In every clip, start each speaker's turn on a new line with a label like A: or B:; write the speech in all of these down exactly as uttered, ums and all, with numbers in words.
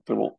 A: C'est bon.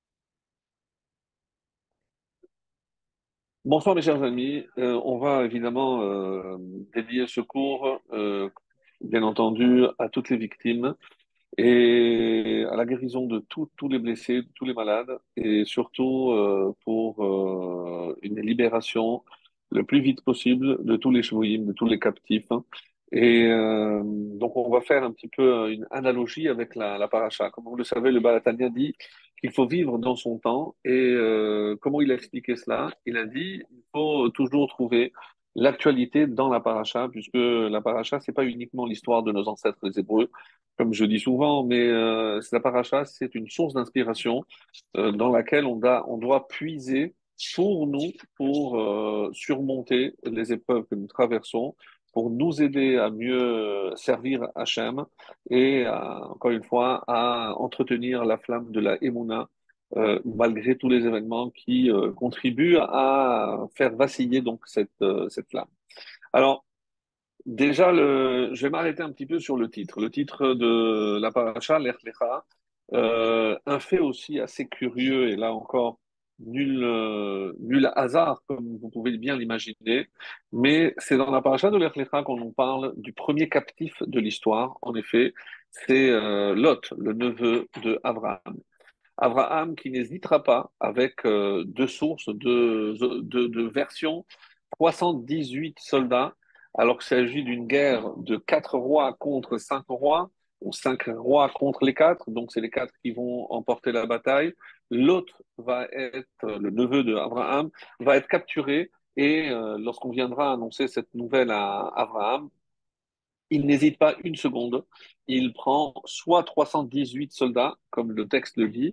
A: Bonsoir mes chers amis. Euh, on va évidemment euh, dédier ce cours, euh, bien entendu, à toutes les victimes et à la guérison de tous tous les blessés, de tous les malades, et surtout euh, pour euh, une libération le plus vite possible de tous les chevouïm, de tous les captifs. Et euh, donc on va faire un petit peu une analogie avec la, la paracha. Comme vous le savez, le Baal Tanya dit qu'il faut vivre dans son temps. Et euh, comment il a expliqué cela? Il a dit il faut toujours trouver l'actualité dans la paracha, puisque la paracha, c'est pas uniquement l'histoire de nos ancêtres les Hébreux, comme je dis souvent, mais euh, la paracha, c'est une source d'inspiration euh, dans laquelle on, da- on doit puiser pour nous, pour euh, surmonter les épreuves que nous traversons, pour nous aider à mieux servir Hachem et, à, encore une fois, à entretenir la flamme de la Emouna, euh, malgré tous les événements qui euh, contribuent à faire vaciller donc cette, euh, cette flamme. Alors, déjà, le... je vais m'arrêter un petit peu sur le titre. Le titre de la paracha, Lech Lecha, euh, un fait aussi assez curieux, et là encore, nul, euh, nul hasard, comme vous pouvez bien l'imaginer, mais c'est dans la paracha de Lech Lecha qu'on nous parle du premier captif de l'histoire. En effet, c'est euh, Lot, le neveu de Abraham. Abraham qui n'hésitera pas avec euh, deux sources, deux, deux, deux versions, trois cent dix-huit soldats, alors qu'il s'agit d'une guerre de quatre rois contre cinq rois, ou cinq rois contre les quatre, donc c'est les quatre qui vont emporter la bataille. L'autre va être, le neveu de Abraham, va être capturé et euh, lorsqu'on viendra annoncer cette nouvelle à Abraham, il n'hésite pas une seconde. Il prend soit trois cent dix-huit soldats, comme le texte le dit,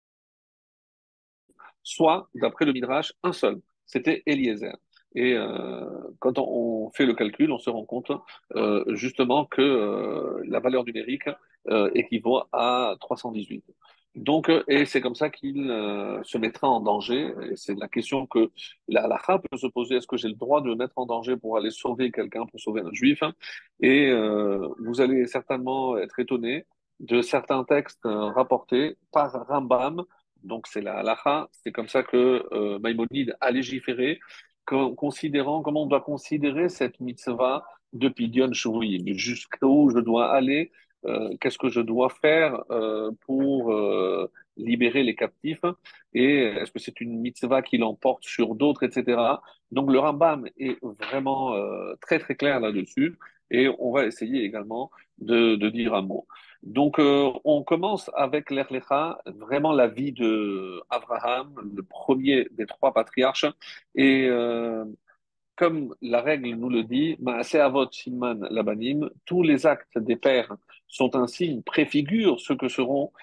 A: soit, d'après le Midrash, un seul. C'était Eliezer. Et euh, quand on, on fait le calcul, on se rend compte euh, justement que euh, la valeur numérique euh, équivaut à trois cent dix-huit. Donc, euh, et c'est comme ça qu'il euh, se mettra en danger. Et c'est la question que la halakha peut se poser, est-ce que j'ai le droit de mettre en danger pour aller sauver quelqu'un, pour sauver un juif? Et euh, vous allez certainement être étonné de certains textes euh, rapportés par Rambam, donc c'est la halakha, c'est comme ça que euh, Maïmonide a légiféré, con- considérant comment on doit considérer cette mitzvah de Pidyon Shuvuyim, jusqu'où je dois aller, euh, qu'est-ce que je dois faire euh, pour euh, libérer les captifs, et est-ce que c'est une mitzvah qui l'emporte sur d'autres, et cetera. Donc le Rambam est vraiment euh, très très clair là-dessus, et on va essayer également de, de dire un mot. Donc, euh, on commence avec l'Erlecha, vraiment la vie de Abraham, le premier des trois patriarches. Et euh, comme la règle nous le dit, Maaseh Avot Siman Labanim, tous les actes des pères sont un signe, préfigurent ce que seront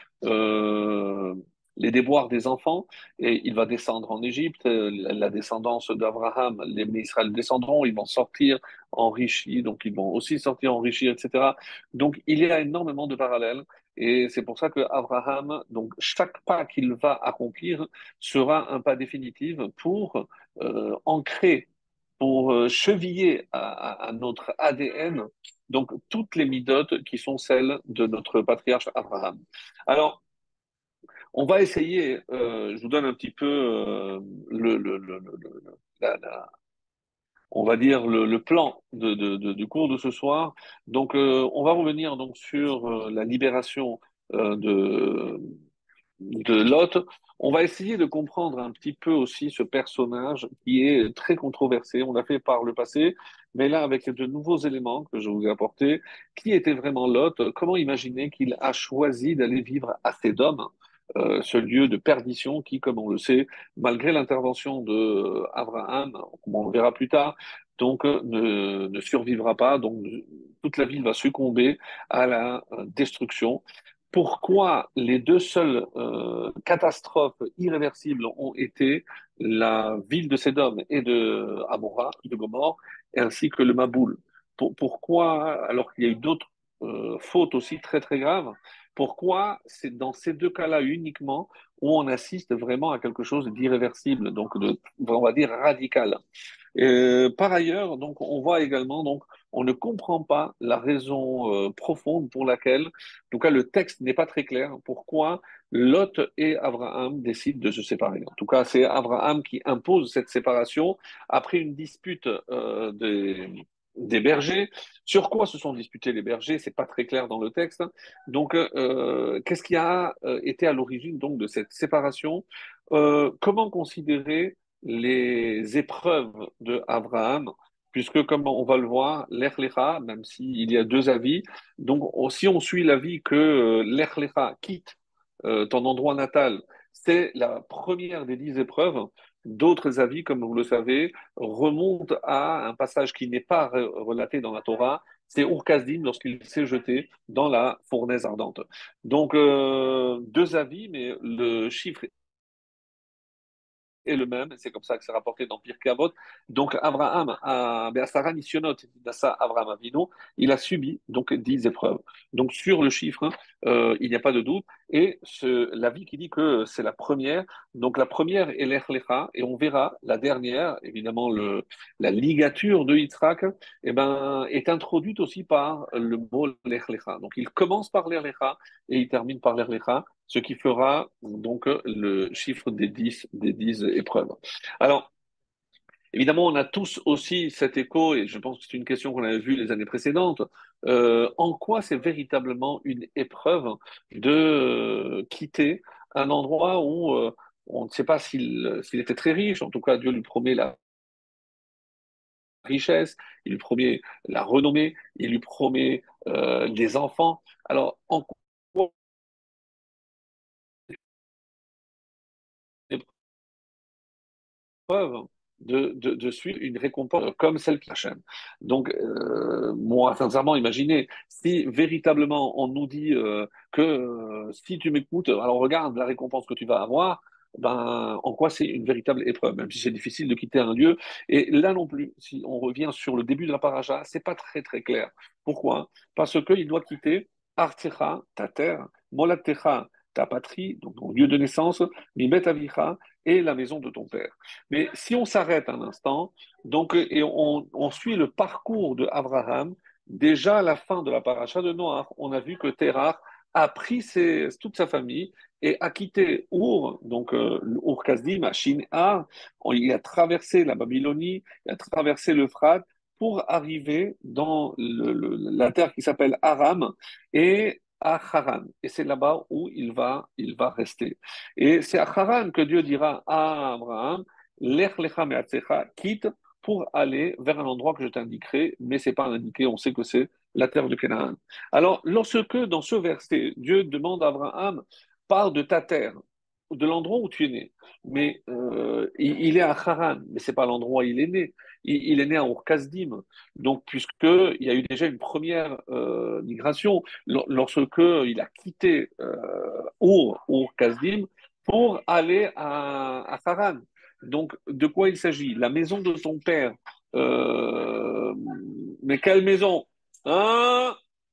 A: euh, les déboires des enfants. Et il va descendre en Égypte, euh, la la descendance d'Abraham, les Bnei Israël descendront, ils vont sortir enrichis, donc ils vont aussi sortir enrichis, et cetera. Donc il y a énormément de parallèles. Et c'est pour ça que Abraham, donc chaque pas qu'il va accomplir sera un pas définitif pour euh, ancrer, pour euh, cheviller à, à- à notre A D N, donc toutes les midotes qui sont celles de notre patriarche Abraham. Alors, on va essayer, euh, je vous donne un petit peu euh, le, le- le- le- le- la- la- on va dire le, le plan de, de- de- du cours de ce soir. Donc, euh, on va revenir donc sur euh, la libération euh, de de Lot. On va essayer de comprendre un petit peu aussi ce personnage qui est très controversé. On l'a fait par le passé, mais là, avec de nouveaux éléments que je vous ai apportés, qui était vraiment Lot? Comment imaginer qu'il a choisi d'aller vivre à Sédom, euh, ce lieu de perdition qui, comme on le sait, malgré l'intervention de Abraham, comme on le verra plus tard, donc euh, ne, ne survivra pas. Donc toute la ville va succomber à la euh, destruction. Pourquoi les deux seules euh, catastrophes irréversibles ont été la ville de Sédom et de Amora, de Gomorre, ainsi que le Maboul? Pour- pourquoi, alors qu'il y a eu d'autres euh, fautes aussi très très graves, pourquoi c'est dans ces deux cas-là uniquement où on assiste vraiment à quelque chose d'irréversible, donc de, on va dire radical? Euh, par ailleurs, donc, on voit également, donc, on ne comprend pas la raison euh, profonde pour laquelle, en tout cas, le texte n'est pas très clair. Pourquoi Lot et Abraham décident de se séparer. En tout cas, c'est Abraham qui impose cette séparation après une dispute euh, des, des bergers. Sur quoi se sont disputés les bergers? C'est pas très clair dans le texte. Donc, euh, qu'est-ce qui a euh, été à l'origine donc de cette séparation? Euh, comment considérer les épreuves de Abraham? Puisque, comme on va le voir, l'Echlecha, même s'il y a deux avis, donc si on suit l'avis que euh, l'Echlecha quitte euh, ton endroit natal, c'est la première des dix épreuves. D'autres avis, comme vous le savez, remontent à un passage qui n'est pas re- relaté dans la Torah, c'est Ur-Kasdim lorsqu'il s'est jeté dans la fournaise ardente. Donc, euh, deux avis, mais le chiffre est le même, c'est comme ça que c'est rapporté dans Pirkei Avot. Donc Abraham, à Be'asara Nisyonot, Nasa Abraham Avinu, il a subi donc dix épreuves. Donc sur le chiffre, hein, euh, il n'y a pas de doute. Et ce, l'avis qui dit que c'est la première, donc la première est l'Echlecha, et on verra la dernière, évidemment le, la ligature de Yitzhak, eh ben, est introduite aussi par le mot l'Echlecha. Donc il commence par l'Echlecha et il termine par l'Echlecha, ce qui fera donc le chiffre des dix, des dix épreuves. Alors, évidemment, on a tous aussi cet écho, et je pense que c'est une question qu'on avait vue les années précédentes. Euh, en quoi c'est véritablement une épreuve de euh, quitter un endroit où euh, on ne sait pas s'il s'il était très riche, en tout cas Dieu lui promet la richesse, il lui promet la renommée, il lui promet euh, des enfants. Alors, en quoi preuve de, de, de suivre une récompense comme celle qui Hachem. Donc, euh, moi, sincèrement, imaginez, si véritablement on nous dit euh, que euh, si tu m'écoutes, alors regarde la récompense que tu vas avoir, ben, en quoi c'est une véritable épreuve, même si c'est difficile de quitter un lieu. Et là non plus, si on revient sur le début de la paracha, c'est pas très très clair. Pourquoi? Parce qu'il doit quitter Artecha, ta terre, Molatecha, ta patrie, donc ton lieu de naissance, Mibet Avicha, et la maison de ton père. Mais si on s'arrête un instant, donc, et on, on suit le parcours de Abraham, déjà à la fin de la paracha de Noach, on a vu que Terah a pris ses, toute sa famille et a quitté Ur, donc euh, Ur Kasdim, à Shinar. Il a traversé la Babylonie, il a traversé l'Euphrate pour arriver dans le, le, la terre qui s'appelle Aram et à Haran. Et c'est là-bas où il va, il va rester. Et c'est à Haran que Dieu dira à Abraham, Lech lecha me'atzecha, quitte pour aller vers un endroit que je t'indiquerai, mais c'est pas indiqué, on sait que c'est la terre de Canaan. Alors, lorsque dans ce verset, Dieu demande à Abraham, parle de ta terre, de l'endroit où tu es né, mais euh, il, il est à Haran, mais c'est pas l'endroit où il est né. Il, il est né à Ur-Kasdim. Donc, puisqu'il y a eu déjà une première euh, migration, lorsque il a quitté euh, Ur, Ur-Kasdim, pour aller à, à Haran. Donc, de quoi il s'agit? La maison de son père. Euh, mais quelle maison? Hein?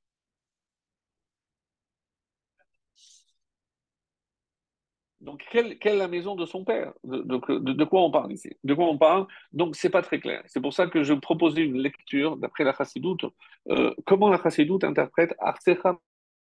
A: Donc, quelle, quelle est la maison de son père? De, de, de, de quoi on parle ici? De quoi on parle? Donc, c'est pas très clair. C'est pour ça que je proposais une lecture d'après la Chassidoute. Euh, comment la Chassidoute interprète Arsecha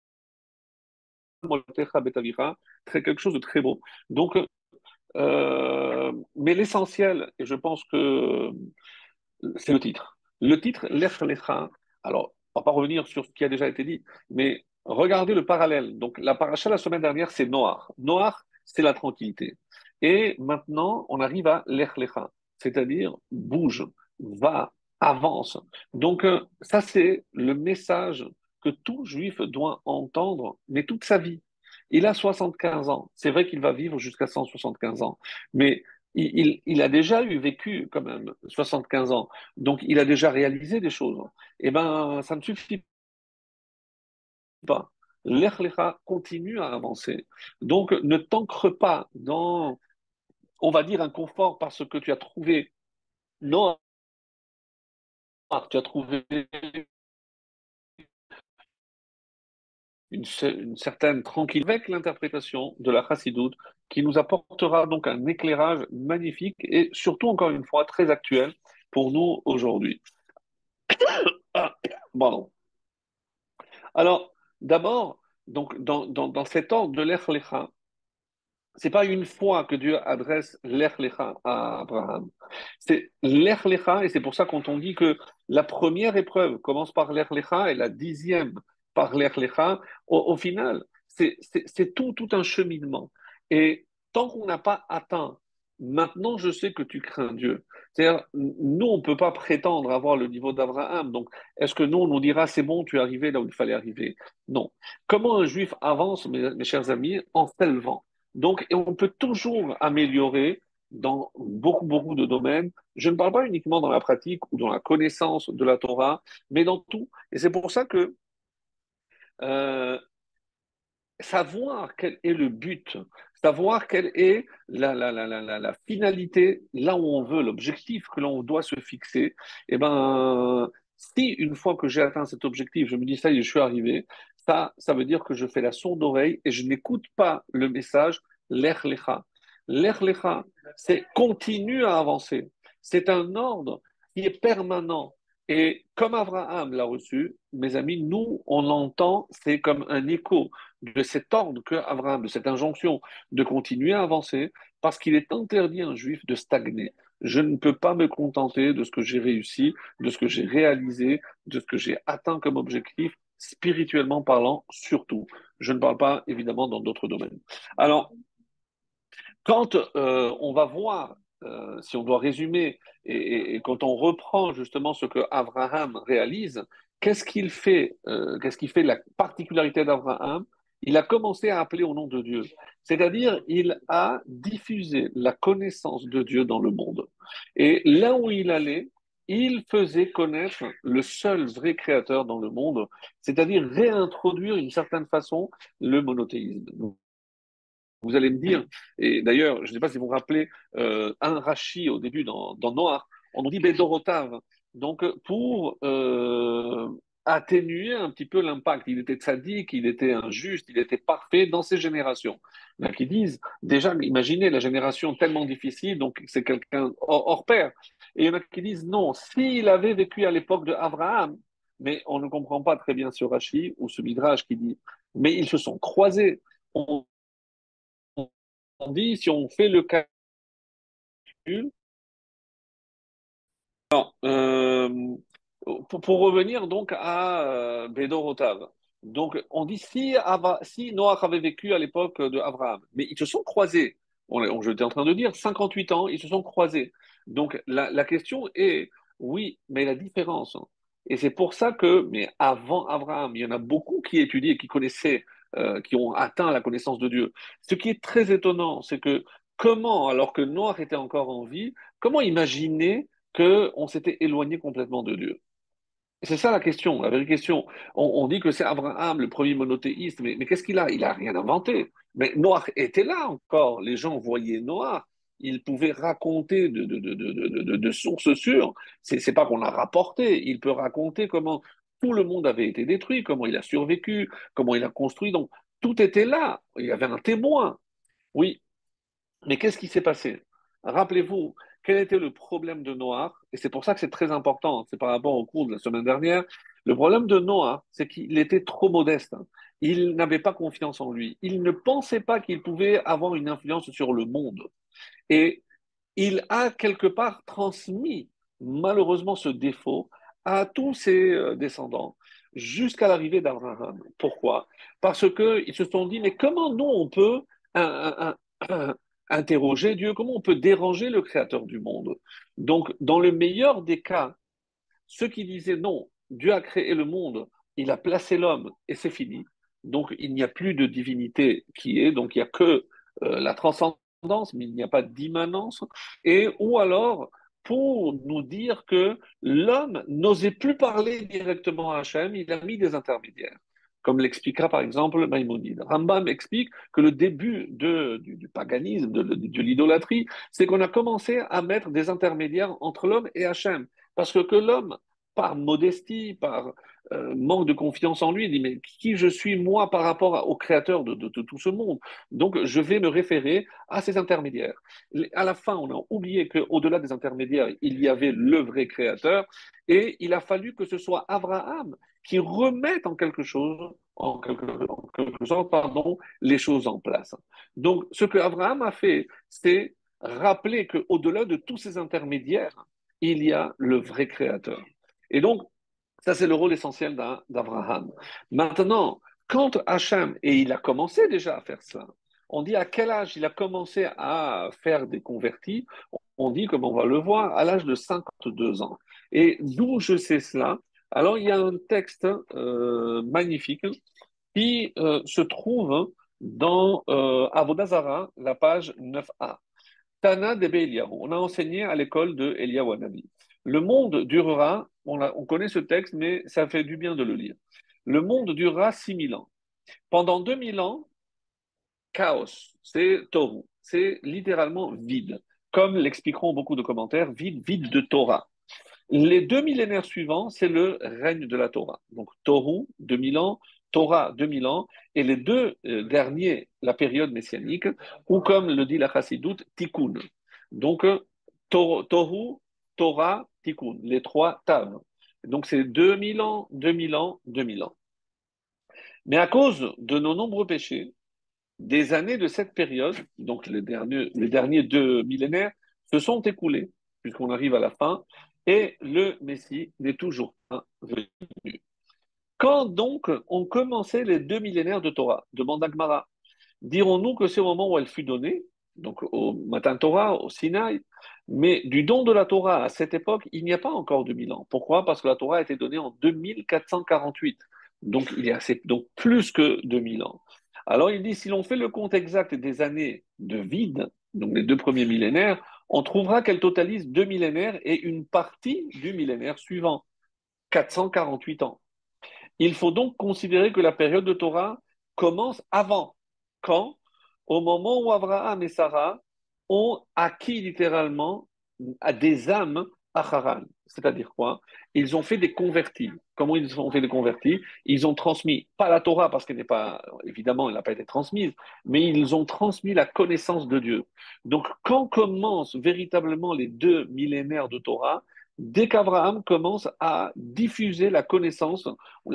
A: Moltecha Betavicha? Très quelque chose de très beau. Donc, euh, mais l'essentiel, et je pense que c'est le titre. Le titre, Lech Lecha. Alors, on va pas revenir sur ce qui a déjà été dit, mais regardez le parallèle. Donc, la paracha la semaine dernière, c'est Noach. Noach, c'est la tranquillité. Et maintenant, on arrive à Lech Lecha, c'est-à-dire bouge, va, avance. Donc, euh, ça, c'est le message que tout juif doit entendre, mais toute sa vie. Il a soixante-quinze ans. C'est vrai qu'il va vivre jusqu'à cent soixante-quinze ans. Mais il, il, il a déjà eu vécu quand même soixante-quinze ans. Donc, il a déjà réalisé des choses. Eh bien, ça ne suffit pas. L'Echlecha continue à avancer. Donc, ne t'ancre pas dans, on va dire, un confort parce que tu as trouvé, non, tu as trouvé une, une certaine tranquillité avec l'interprétation de la Chassidoute qui nous apportera donc un éclairage magnifique et surtout, encore une fois, très actuel pour nous aujourd'hui. Ah, pardon. Alors, d'abord, donc, dans, dans, dans cet ordre de l'Echlecha, c'est pas une fois que Dieu adresse l'Ech Lecha à Abraham. C'est l'Ech Lecha, et c'est pour ça quand on dit que la première épreuve commence par l'Ech Lecha et la dixième par l'Ech Lecha, au, au final, c'est c'est- c'est tout, tout un cheminement. Et tant qu'on n'a pas atteint, maintenant je sais que tu crains Dieu. C'est-à-dire, nous, on ne peut pas prétendre avoir le niveau d'Abraham. Donc, est-ce que nous, on nous dira, c'est bon, tu es arrivé là où il fallait arriver? Non. Comment un juif avance, mes, mes chers amis, en s'élevant? Donc, et on peut toujours améliorer dans beaucoup, beaucoup de domaines. Je ne parle pas uniquement dans la pratique ou dans la connaissance de la Torah, mais dans tout. Et c'est pour ça que euh, savoir quel est le but, savoir quelle est la, la, la, la, la, la finalité, là où on veut, l'objectif que l'on doit se fixer, eh ben, si une fois que j'ai atteint cet objectif, je me dis ça y est, je suis arrivé, ça, ça veut dire que je fais la sourde oreille et je n'écoute pas le message l'ech lecha. L'ech lecha, c'est continue à avancer. C'est un ordre qui est permanent. Et comme Abraham l'a reçu, mes amis, nous, on l'entend, c'est comme un écho de cet ordre que Abraham, de cette injonction de continuer à avancer, parce qu'il est interdit à un juif de stagner. Je ne peux pas me contenter de ce que j'ai réussi, de ce que j'ai réalisé, de ce que j'ai atteint comme objectif, spirituellement parlant, surtout. Je ne parle pas évidemment dans d'autres domaines. Alors, quand euh, on va voir, euh, si on doit résumer, et, et- et quand on reprend justement ce que Abraham réalise, qu'est-ce qu'il fait, euh, qu'est-ce qui fait la particularité d'Abraham? Il a commencé à appeler au nom de Dieu, c'est-à-dire il a diffusé la connaissance de Dieu dans le monde. Et là où il allait, il faisait connaître le seul vrai créateur dans le monde, c'est-à-dire réintroduire d'une certaine façon le monothéisme. Vous allez me dire, et d'ailleurs, je ne sais pas si vous vous rappelez, euh, un Rashi au début dans, dans Noir, on nous dit Bédorotav. Donc, pour euh, atténuer un petit peu l'impact, il était tzaddik, il était injuste, il était parfait dans ses générations. Il y en a qui disent, déjà, imaginez la génération tellement difficile, donc c'est quelqu'un hors, hors pair. Et il y en a qui disent, non, s'il avait vécu à l'époque de Abraham, mais on ne comprend pas très bien ce Rashi ou ce Midrash qui dit, mais ils se sont croisés. On on dit, si on fait le calcul, euh, pour, pour revenir donc à euh, Bédor Otav. Donc, on dit si, Ava- si Noach avait vécu à l'époque de Abraham, mais ils se sont croisés. On, on- j'étais en train de dire, cinquante-huit ans, ils se sont croisés. Donc, la, la question est, oui, mais la différence, hein. Et c'est pour ça que, mais avant Abraham, il y en a beaucoup qui étudient et qui connaissaient, euh, qui ont atteint la connaissance de Dieu. Ce qui est très étonnant, c'est que comment, alors que Noach était encore en vie, comment imaginer qu'on s'était éloigné complètement de Dieu? C'est ça la question, la vraie question. On, on dit que c'est Abraham, le premier monothéiste, mais, mais qu'est-ce qu'il a? Il n'a rien inventé. Mais Noach était là encore. Les gens voyaient Noach. Il pouvait raconter de, de, de, de, de, de- de sources sûres. C'est, c'est pas qu'on a rapporté. Il peut raconter comment tout le monde avait été détruit, comment il a survécu, comment il a construit. Donc, tout était là. Il y avait un témoin. Oui, mais qu'est-ce qui s'est passé? Rappelez-vous, quel était le problème de Noah? Et c'est pour ça que c'est très important, c'est par rapport au cours de la semaine dernière. Le problème de Noah, c'est qu'il était trop modeste, hein. Il n'avait pas confiance en lui. Il ne pensait pas qu'il pouvait avoir une influence sur le monde. Et il a quelque part transmis, malheureusement, ce défaut à tous ses euh, descendants jusqu'à l'arrivée d'Abraham. Pourquoi? Parce qu'ils se sont dit, mais comment nous, on peut un- un- un- interroger Dieu, comment on peut déranger le Créateur du monde? Donc, dans le meilleur des cas, ceux qui disaient non, Dieu a créé le monde, il a placé l'homme et c'est fini. Donc il n'y a plus de divinité qui est, donc il n'y a que euh, la transcendance, mais il n'y a pas d'immanence. Et ou alors pour nous dire que l'homme n'osait plus parler directement à Hachem, il a mis des intermédiaires. Comme l'expliquera par exemple Maïmonide. Rambam explique que le début de, du, du paganisme, de, de, de l'idolâtrie, c'est qu'on a commencé à mettre des intermédiaires entre l'homme et Hachem. Parce que, que l'homme, par modestie, par euh, manque de confiance en lui, il dit, mais qui je suis moi par rapport au créateur de, de, de tout ce monde? Donc, je vais me référer à ces intermédiaires. À la fin, on a oublié qu'au-delà des intermédiaires, il y avait le vrai créateur, et il a fallu que ce soit Abraham qui remette en quelque chose, en quelque, en quelque sorte, pardon, les choses en place. Donc, ce que Abraham a fait, c'est rappeler qu'au-delà de tous ces intermédiaires, il y a le vrai créateur. Et donc, ça, c'est le rôle essentiel d'Abraham. Maintenant, quand Hachem, et il a commencé déjà à faire ça, on dit à quel âge il a commencé à faire des convertis, on dit, comme on va le voir, à l'âge de cinquante-deux ans. Et d'où je sais cela? Alors, il y a un texte euh, magnifique qui euh, se trouve dans euh, Avodah Zarah, la page neuf a. Tana de Eliyahu. On a enseigné à l'école de Eliyahu Hanavi. Le monde durera, on, a- on connaît ce texte, mais ça fait du bien de le lire. Le monde durera six mille ans. Pendant deux mille ans, chaos, c'est Tohu, c'est littéralement vide. Comme l'expliqueront beaucoup de commentaires, vide, vide de Torah. Les deux millénaires suivants, c'est le règne de la Torah. Donc, Tohu, deux mille ans, Torah, deux mille ans, et les deux euh, derniers, la période messianique, ou comme le dit la Chassidoute, Tikkun. Donc, euh, Tor- Tohu, Torah, Tikkun, les trois Tav. Donc, c'est deux mille ans, deux mille ans, deux mille ans. Mais à cause de nos nombreux péchés, des années de cette période, donc les derniers, les derniers deux millénaires, se sont écoulés, puisqu'on arrive à la fin, et le Messie n'est toujours pas venu. Quand donc ont commencé les deux millénaires de Torah, demande Agmara, dirons-nous que c'est au moment où elle fut donnée, donc au matin Torah, au Sinaï, mais du don de la Torah à cette époque, il n'y a pas encore deux mille ans. Pourquoi? Parce que la Torah a été donnée en deux mille quatre cent quarante-huit, donc il y a donc plus que deux mille ans. Alors il dit, si l'on fait le compte exact des années de vide, donc les deux premiers millénaires, on trouvera qu'elle totalise deux millénaires et une partie du millénaire suivant, quatre cent quarante-huit ans. Il faut donc considérer que la période de Torah commence avant. Quand? Au moment où Abraham et Sarah ont acquis littéralement à des âmes à Haran. C'est-à-dire quoi? Ils ont fait des convertis. Comment ils ont fait des convertis? Ils ont transmis, pas la Torah, parce qu'elle n'est pas, évidemment, elle n'a pas été transmise, mais ils ont transmis la connaissance de Dieu. Donc, quand commencent véritablement les deux millénaires de Torah, dès qu'Abraham commence à diffuser la connaissance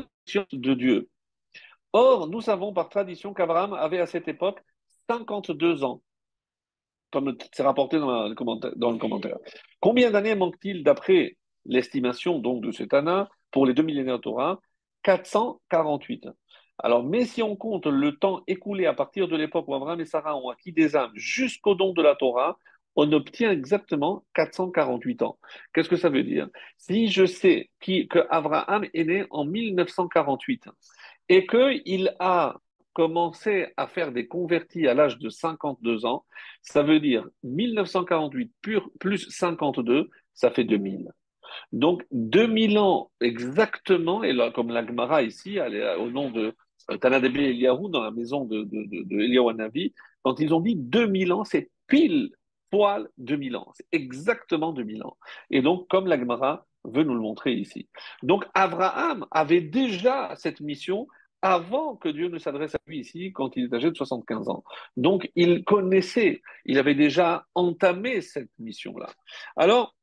A: de Dieu. Or, nous savons par tradition qu'Abraham avait à cette époque cinquante-deux ans, comme c'est rapporté dans le commentaire. Dans le commentaire. Combien d'années manque-t-il d'après l'estimation donc de cet Anna pour les deux millénaires de Torah? quatre cent quarante-huit. Alors, mais si on compte le temps écoulé à partir de l'époque où Abraham et Sarah ont acquis des âmes jusqu'au don de la Torah, on obtient exactement quatre cent quarante-huit ans. Qu'est-ce que ça veut dire? Si je sais qui, que Abraham est né en mille neuf cent quarante-huit et qu'il a commencé à faire des convertis à l'âge de cinquante-deux ans, ça veut dire mille neuf cent quarante-huit pur, plus cinquante-deux, ça fait deux mille. Donc deux mille ans exactement, et là, comme la Gemara ici, elle est au nom de euh, Tanadebe Eliyahu dans la maison de, de, de, de Eliyahu Hanavi, quand ils ont dit deux mille ans, c'est pile poil deux mille ans. C'est exactement deux mille ans. Et donc, comme la Gemara veut nous le montrer ici. Donc, Abraham avait déjà cette mission avant que Dieu ne s'adresse à lui ici, quand il est âgé de soixante-quinze ans. Donc, il connaissait, il avait déjà entamé cette mission-là. Alors,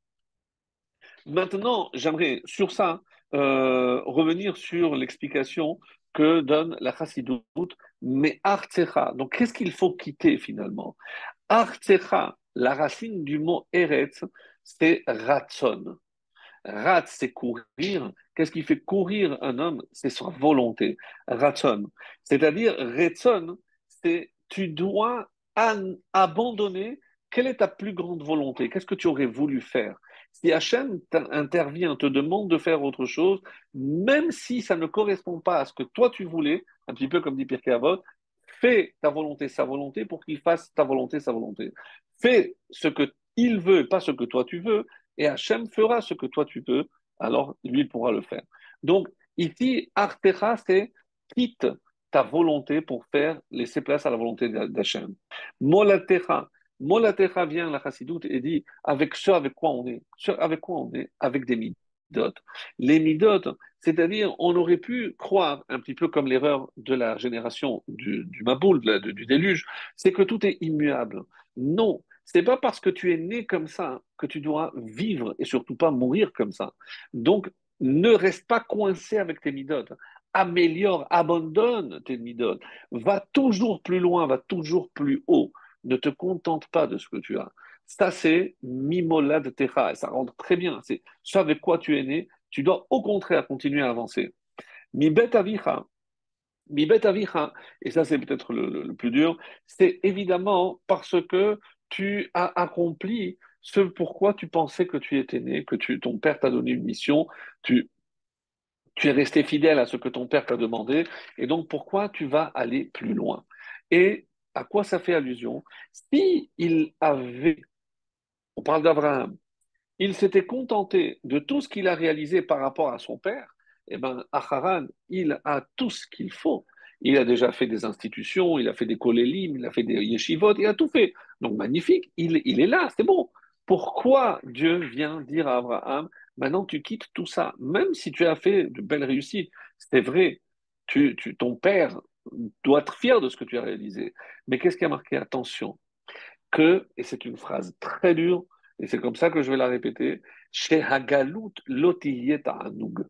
A: maintenant, j'aimerais sur ça euh, revenir sur l'explication que donne la Chassidoute, mais Artsecha. Donc, qu'est-ce qu'il faut quitter finalement? Artsecha, la racine du mot Eretz, c'est Ratson. Rat, c'est courir. Qu'est-ce qui fait courir un homme? C'est sa volonté. Ratson. C'est-à-dire, Retson, c'est tu dois an- abandonner. Quelle est ta plus grande volonté? Qu'est-ce que tu aurais voulu faire? Si Hachem intervient, te demande de faire autre chose, même si ça ne correspond pas à ce que toi tu voulais, un petit peu comme dit Pirkei Avot, fais ta volonté, sa volonté, pour qu'il fasse ta volonté, sa volonté. Fais ce que il veut, pas ce que toi tu veux, et Hachem fera ce que toi tu peux, alors lui il pourra le faire. Donc ici, Artecha, c'est quitte ta volonté pour faire, laisser place à la volonté d'Hachem. Molatecha, Molatecha vient la chassidoute et dit avec ce avec quoi on est, ce avec quoi on est, avec des midot. Les midot, c'est-à-dire on aurait pu croire un petit peu comme l'erreur de la génération du, du Maboul, du, du déluge, c'est que tout est immuable. Non, c'est pas parce que tu es né comme ça que tu dois vivre et surtout pas mourir comme ça. Donc, ne reste pas coincé avec tes midotes. améliore, abandonne tes midot, va toujours plus loin, va toujours plus haut. Ne te contente pas de ce que tu as. Ça, c'est mimolad techa, et ça rentre très bien. C'est ce avec quoi tu es né. Tu dois au contraire continuer à avancer. Mi bet avicha, mi bet avicha, et ça c'est peut-être le, le- le plus dur, c'est évidemment parce que tu as accompli ce pourquoi tu pensais que tu étais né, que tu, ton père t'a donné une mission, tu, tu es resté fidèle à ce que ton père t'a demandé, et donc pourquoi tu vas aller plus loin. Et à quoi ça fait allusion? Si il avait, on parle d'Abraham, il s'était contenté de tout ce qu'il a réalisé par rapport à son père, eh bien, à Haran, il a tout ce qu'il faut. Il a déjà fait des institutions, il a fait des kolélim, il a fait des yeshivot, il a tout fait. Donc, magnifique, il, il est là, c'est bon. Pourquoi Dieu vient dire à Abraham, maintenant tu quittes tout ça, même si tu as fait de belles réussites, c'est vrai, tu, tu, ton père doit être fier de ce que tu as réalisé. Mais qu'est-ce qui a marqué? Attention, que, et c'est une phrase très dure, et c'est comme ça que je vais la répéter, chez Hagalut lotiyet ta'anug,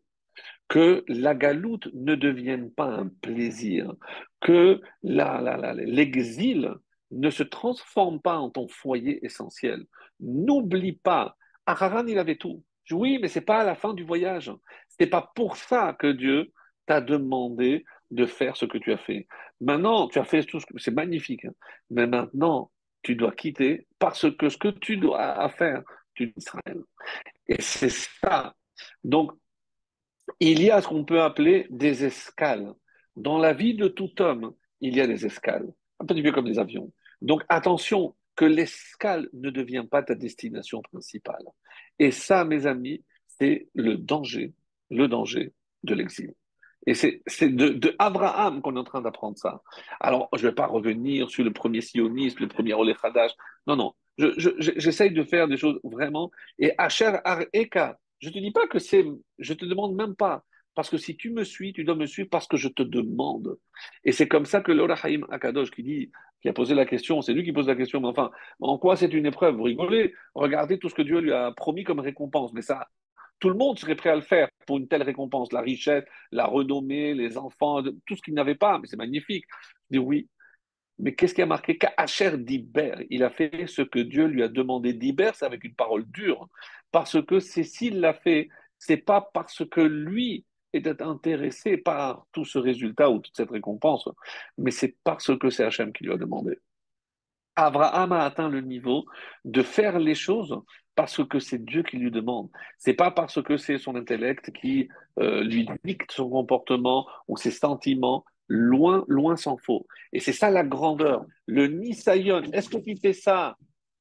A: que la galoute ne devienne pas un plaisir, que la, la, la- l'exil ne se transforme pas en ton foyer essentiel. N'oublie pas, Haran, il avait tout. Oui, mais c'est pas à la fin du voyage. C'est pas pour ça que Dieu t'a demandé de faire ce que tu as fait. Maintenant, tu as fait tout ce que c'est magnifique, hein. Mais maintenant, tu dois quitter parce que ce que tu dois faire, tu es Israël. Et c'est ça. Donc, il y a ce qu'on peut appeler des escales. Dans la vie de tout homme, il y a des escales, un petit peu comme des avions. Donc attention que l'escale ne devienne pas ta destination principale. Et ça, mes amis, c'est le danger, le danger de l'exil. Et c'est c'est de, de Abraham qu'on est en train d'apprendre ça. Alors, je ne vais pas revenir sur le premier sioniste, le premier Olé Hadash. Non, non. Je, je, je- j'essaye de faire des choses vraiment. Et Asher Ar Eka, je ne te dis pas que c'est. Je te demande même pas. Parce que si tu me suis, tu dois me suivre parce que je te demande. Et c'est comme ça que l'Orahim Akadosh qui dit, qui a posé la question, c'est lui qui pose la question, mais enfin, en quoi c'est une épreuve? Vous rigolez? Regardez tout ce que Dieu lui a promis comme récompense. Mais ça, tout le monde serait prêt à le faire pour une telle récompense. La richesse, la renommée, les enfants, tout ce qu'il n'avait pas. Mais c'est magnifique. Je dis oui. Mais qu'est-ce qui a marqué? Qu'Acher d'Iber, il a fait ce que Dieu lui a demandé d'Iber, c'est avec une parole dure. Parce que c'est s'il l'a fait, c'est pas parce que lui était intéressé par tout ce résultat ou toute cette récompense, mais c'est parce que c'est Hachem qui lui a demandé. Abraham a atteint le niveau de faire les choses parce que c'est Dieu qui lui demande. C'est pas parce que c'est son intellect qui euh, lui dicte son comportement ou ses sentiments. Loin, loin s'en faut. Et c'est ça la grandeur. Le Nisayon, est-ce que tu fais ça?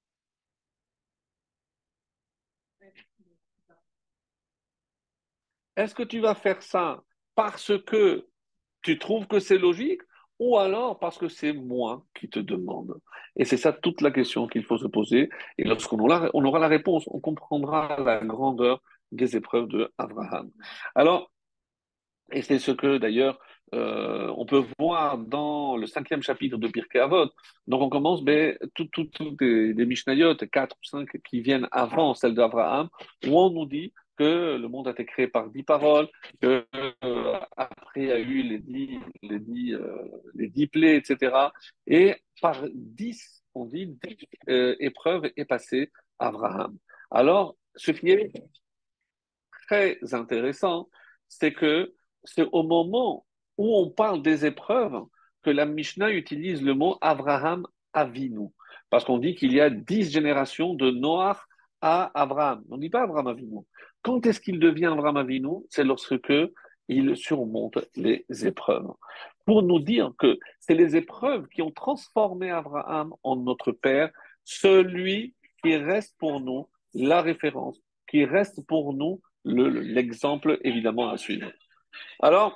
A: Est-ce que tu vas faire ça parce que tu trouves que c'est logique ou alors parce que c'est moi qui te demande? Et c'est ça toute la question qu'il faut se poser. Et lorsqu'on aura, on aura la réponse, on comprendra la grandeur des épreuves de Abraham. Alors, et c'est ce que d'ailleurs euh, on peut voir dans le cinquième chapitre de Pirkei Avot. Donc on commence ben, tout, tout, tout des, des Mishnayot, quatre ou cinq qui viennent avant celle d'Abraham, où on nous dit que le monde a été créé par dix paroles, que euh, après il y a eu les dix, les dix, euh, les dix plaies, et cetera. Et par dix, on dit, dix euh, épreuves est passé Abraham. Alors, ce qui est très intéressant, c'est que c'est au moment où on parle des épreuves que la Mishnah utilise le mot Abraham Avinu. Parce qu'on dit qu'il y a dix générations de Noach à Abraham. On ne dit pas Abraham Avinu. Quand est-ce qu'il devient Abraham Avinu? C'est lorsque il surmonte les épreuves. Pour nous dire que c'est les épreuves qui ont transformé Abraham en notre père, celui qui reste pour nous la référence, qui reste pour nous le- l'exemple évidemment à suivre. Alors,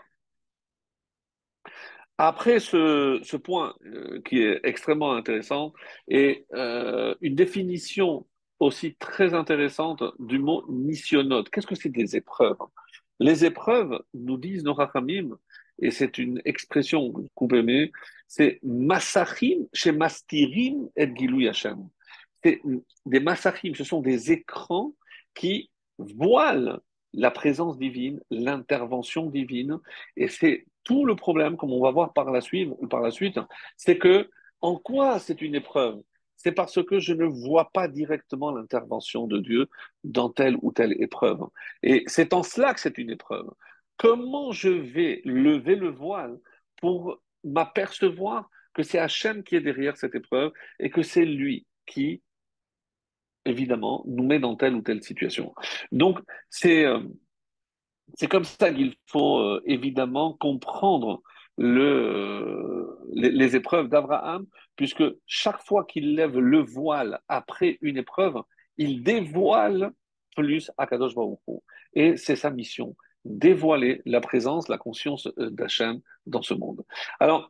A: après ce, ce point euh, qui est extrêmement intéressant et euh, une définition aussi très intéressante du mot nissionot. Qu'est-ce que c'est des épreuves? Les épreuves, nous disent nos rachamim, et c'est une expression que vous pouvez aimer, c'est massachim chez mastirim et gilou Hashem. C'est des massachim, ce sont des écrans qui voilent la présence divine, l'intervention divine. Et c'est tout le problème, comme on va voir par la suite, par la suite, c'est que en quoi c'est une épreuve? C'est parce que je ne vois pas directement l'intervention de Dieu dans telle ou telle épreuve. Et c'est en cela que c'est une épreuve. Comment je vais lever le voile pour m'apercevoir que c'est Hachem qui est derrière cette épreuve et que c'est lui qui, évidemment, nous met dans telle ou telle situation. Donc, c'est euh, c'est comme ça qu'il faut euh, évidemment comprendre le, euh, les, les épreuves d'Abraham, puisque chaque fois qu'il lève le voile après une épreuve, il dévoile plus Akadosh Baruch Hu. Et c'est sa mission, dévoiler la présence, la conscience euh, d'Hachem dans ce monde. Alors,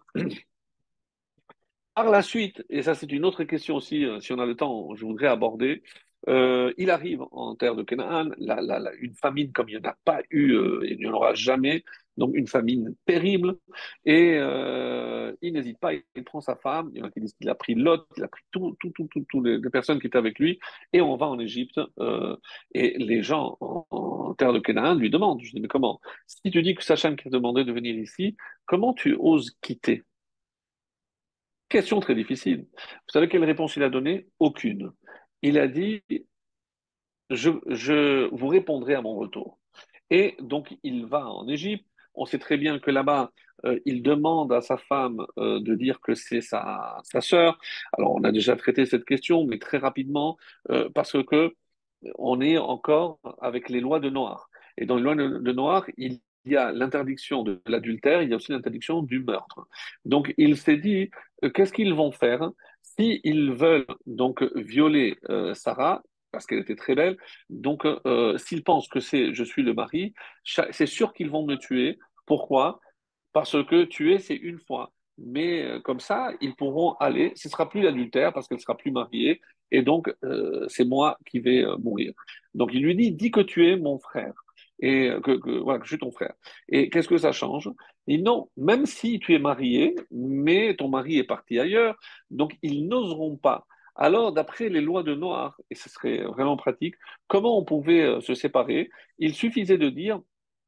A: par la suite, et ça c'est une autre question aussi, euh, si on a le temps, je voudrais aborder, euh, il arrive en terre de Canaan, la- la- la- une famine comme il n'y en a pas eu, euh, et il n'y en aura jamais, donc une famine terrible, et euh, il n'hésite pas, il prend sa femme, il y en a qui disent qu'il a pris Lot, il a pris tout, tout, tout, tout, tout les, les personnes qui étaient avec lui, et on va en Égypte, euh, et les gens en, en terre de Canaan lui demandent, je dis mais comment? Si tu dis que Sachem qui t'a demandé de venir ici, comment tu oses quitter? Question très difficile. Vous savez quelle réponse il a donnée? Aucune. Il a dit, je, je vous répondrai à mon retour. Et donc, il va en Égypte. On sait très bien que là-bas, euh, il demande à sa femme euh, de dire que c'est sa, sa sœur. Alors, on a déjà traité cette question, mais très rapidement, euh, parce que on est encore avec les lois de Noir. Et dans les lois de, de Noir, il y a l'interdiction de l'adultère, il y a aussi l'interdiction du meurtre. Donc, il s'est dit, euh, qu'est-ce qu'ils vont faire s'ils veulent donc violer euh, Sarah, parce qu'elle était très belle, donc euh, s'ils pensent que c'est je suis le mari, c'est sûr qu'ils vont me tuer. Pourquoi? Parce que tuer, c'est une fois. Mais euh, comme ça, ils pourront aller, ce ne sera plus l'adultère parce qu'elle sera plus mariée, et donc euh, c'est moi qui vais euh, mourir. Donc il lui dit, dis que tu es mon frère, et euh, que, que- voilà, que je suis ton frère. Et qu'est-ce que ça change? Il dit non, même si tu es marié, mais ton mari est parti ailleurs, donc ils n'oseront pas. Alors, d'après les lois de Noir, et ce serait vraiment pratique, comment on pouvait euh, se séparer? Il suffisait de dire,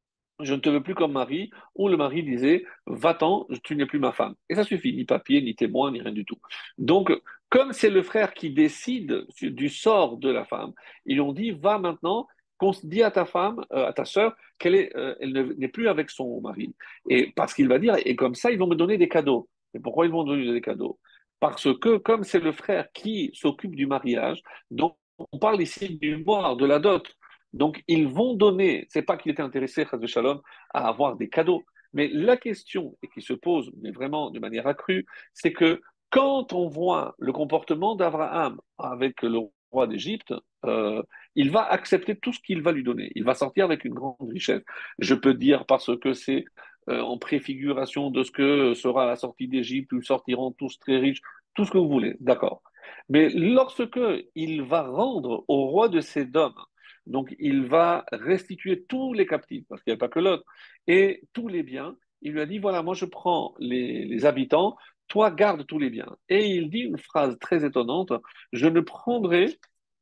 A: je ne te veux plus comme mari, ou le mari disait, va-t'en, tu n'es plus ma femme. Et ça suffit, ni papier, ni témoin, ni rien du tout. Donc, comme c'est le frère qui décide du sort de la femme, ils ont dit, va maintenant, dis à ta femme, euh, à ta sœur, qu'elle est, euh, elle ne- n'est plus avec son mari. Et parce qu'il va dire, et comme ça, ils vont me donner des cadeaux. Et pourquoi ils vont donner des cadeaux? Parce que comme c'est le frère qui s'occupe du mariage, donc on parle ici du mort, de la dot. Donc, ils vont donner, c'est pas qu'il était intéressé, Chas Shalom, à avoir des cadeaux, mais la question, et qui se pose, mais vraiment de manière accrue, c'est que quand on voit le comportement d'Abraham avec le roi d'Égypte, euh, il va accepter tout ce qu'il va lui donner. Il va sortir avec une grande richesse. Je peux dire parce que c'est euh, en préfiguration de ce que sera la sortie d'Égypte, où ils sortiront tous très riches, tout ce que vous voulez, d'accord. Mais lorsque il va rendre au roi de Sédom, donc, il va restituer tous les captifs, parce qu'il n'y a pas que l'autre, et tous les biens. Il lui a dit, voilà, moi je prends les, les habitants, toi garde tous les biens. Et il dit une phrase très étonnante, je ne prendrai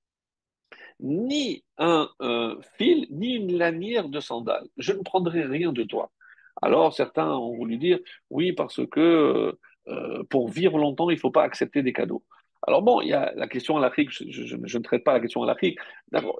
A: ni un euh, fil, ni une lanière de sandales. Je ne prendrai rien de toi. Alors certains ont voulu dire, oui, parce que euh, pour vivre longtemps, il ne faut pas accepter des cadeaux. Alors bon, il y a la question à l'Afrique, je, je, je, ne traite pas la question à l'Afrique. D'abord,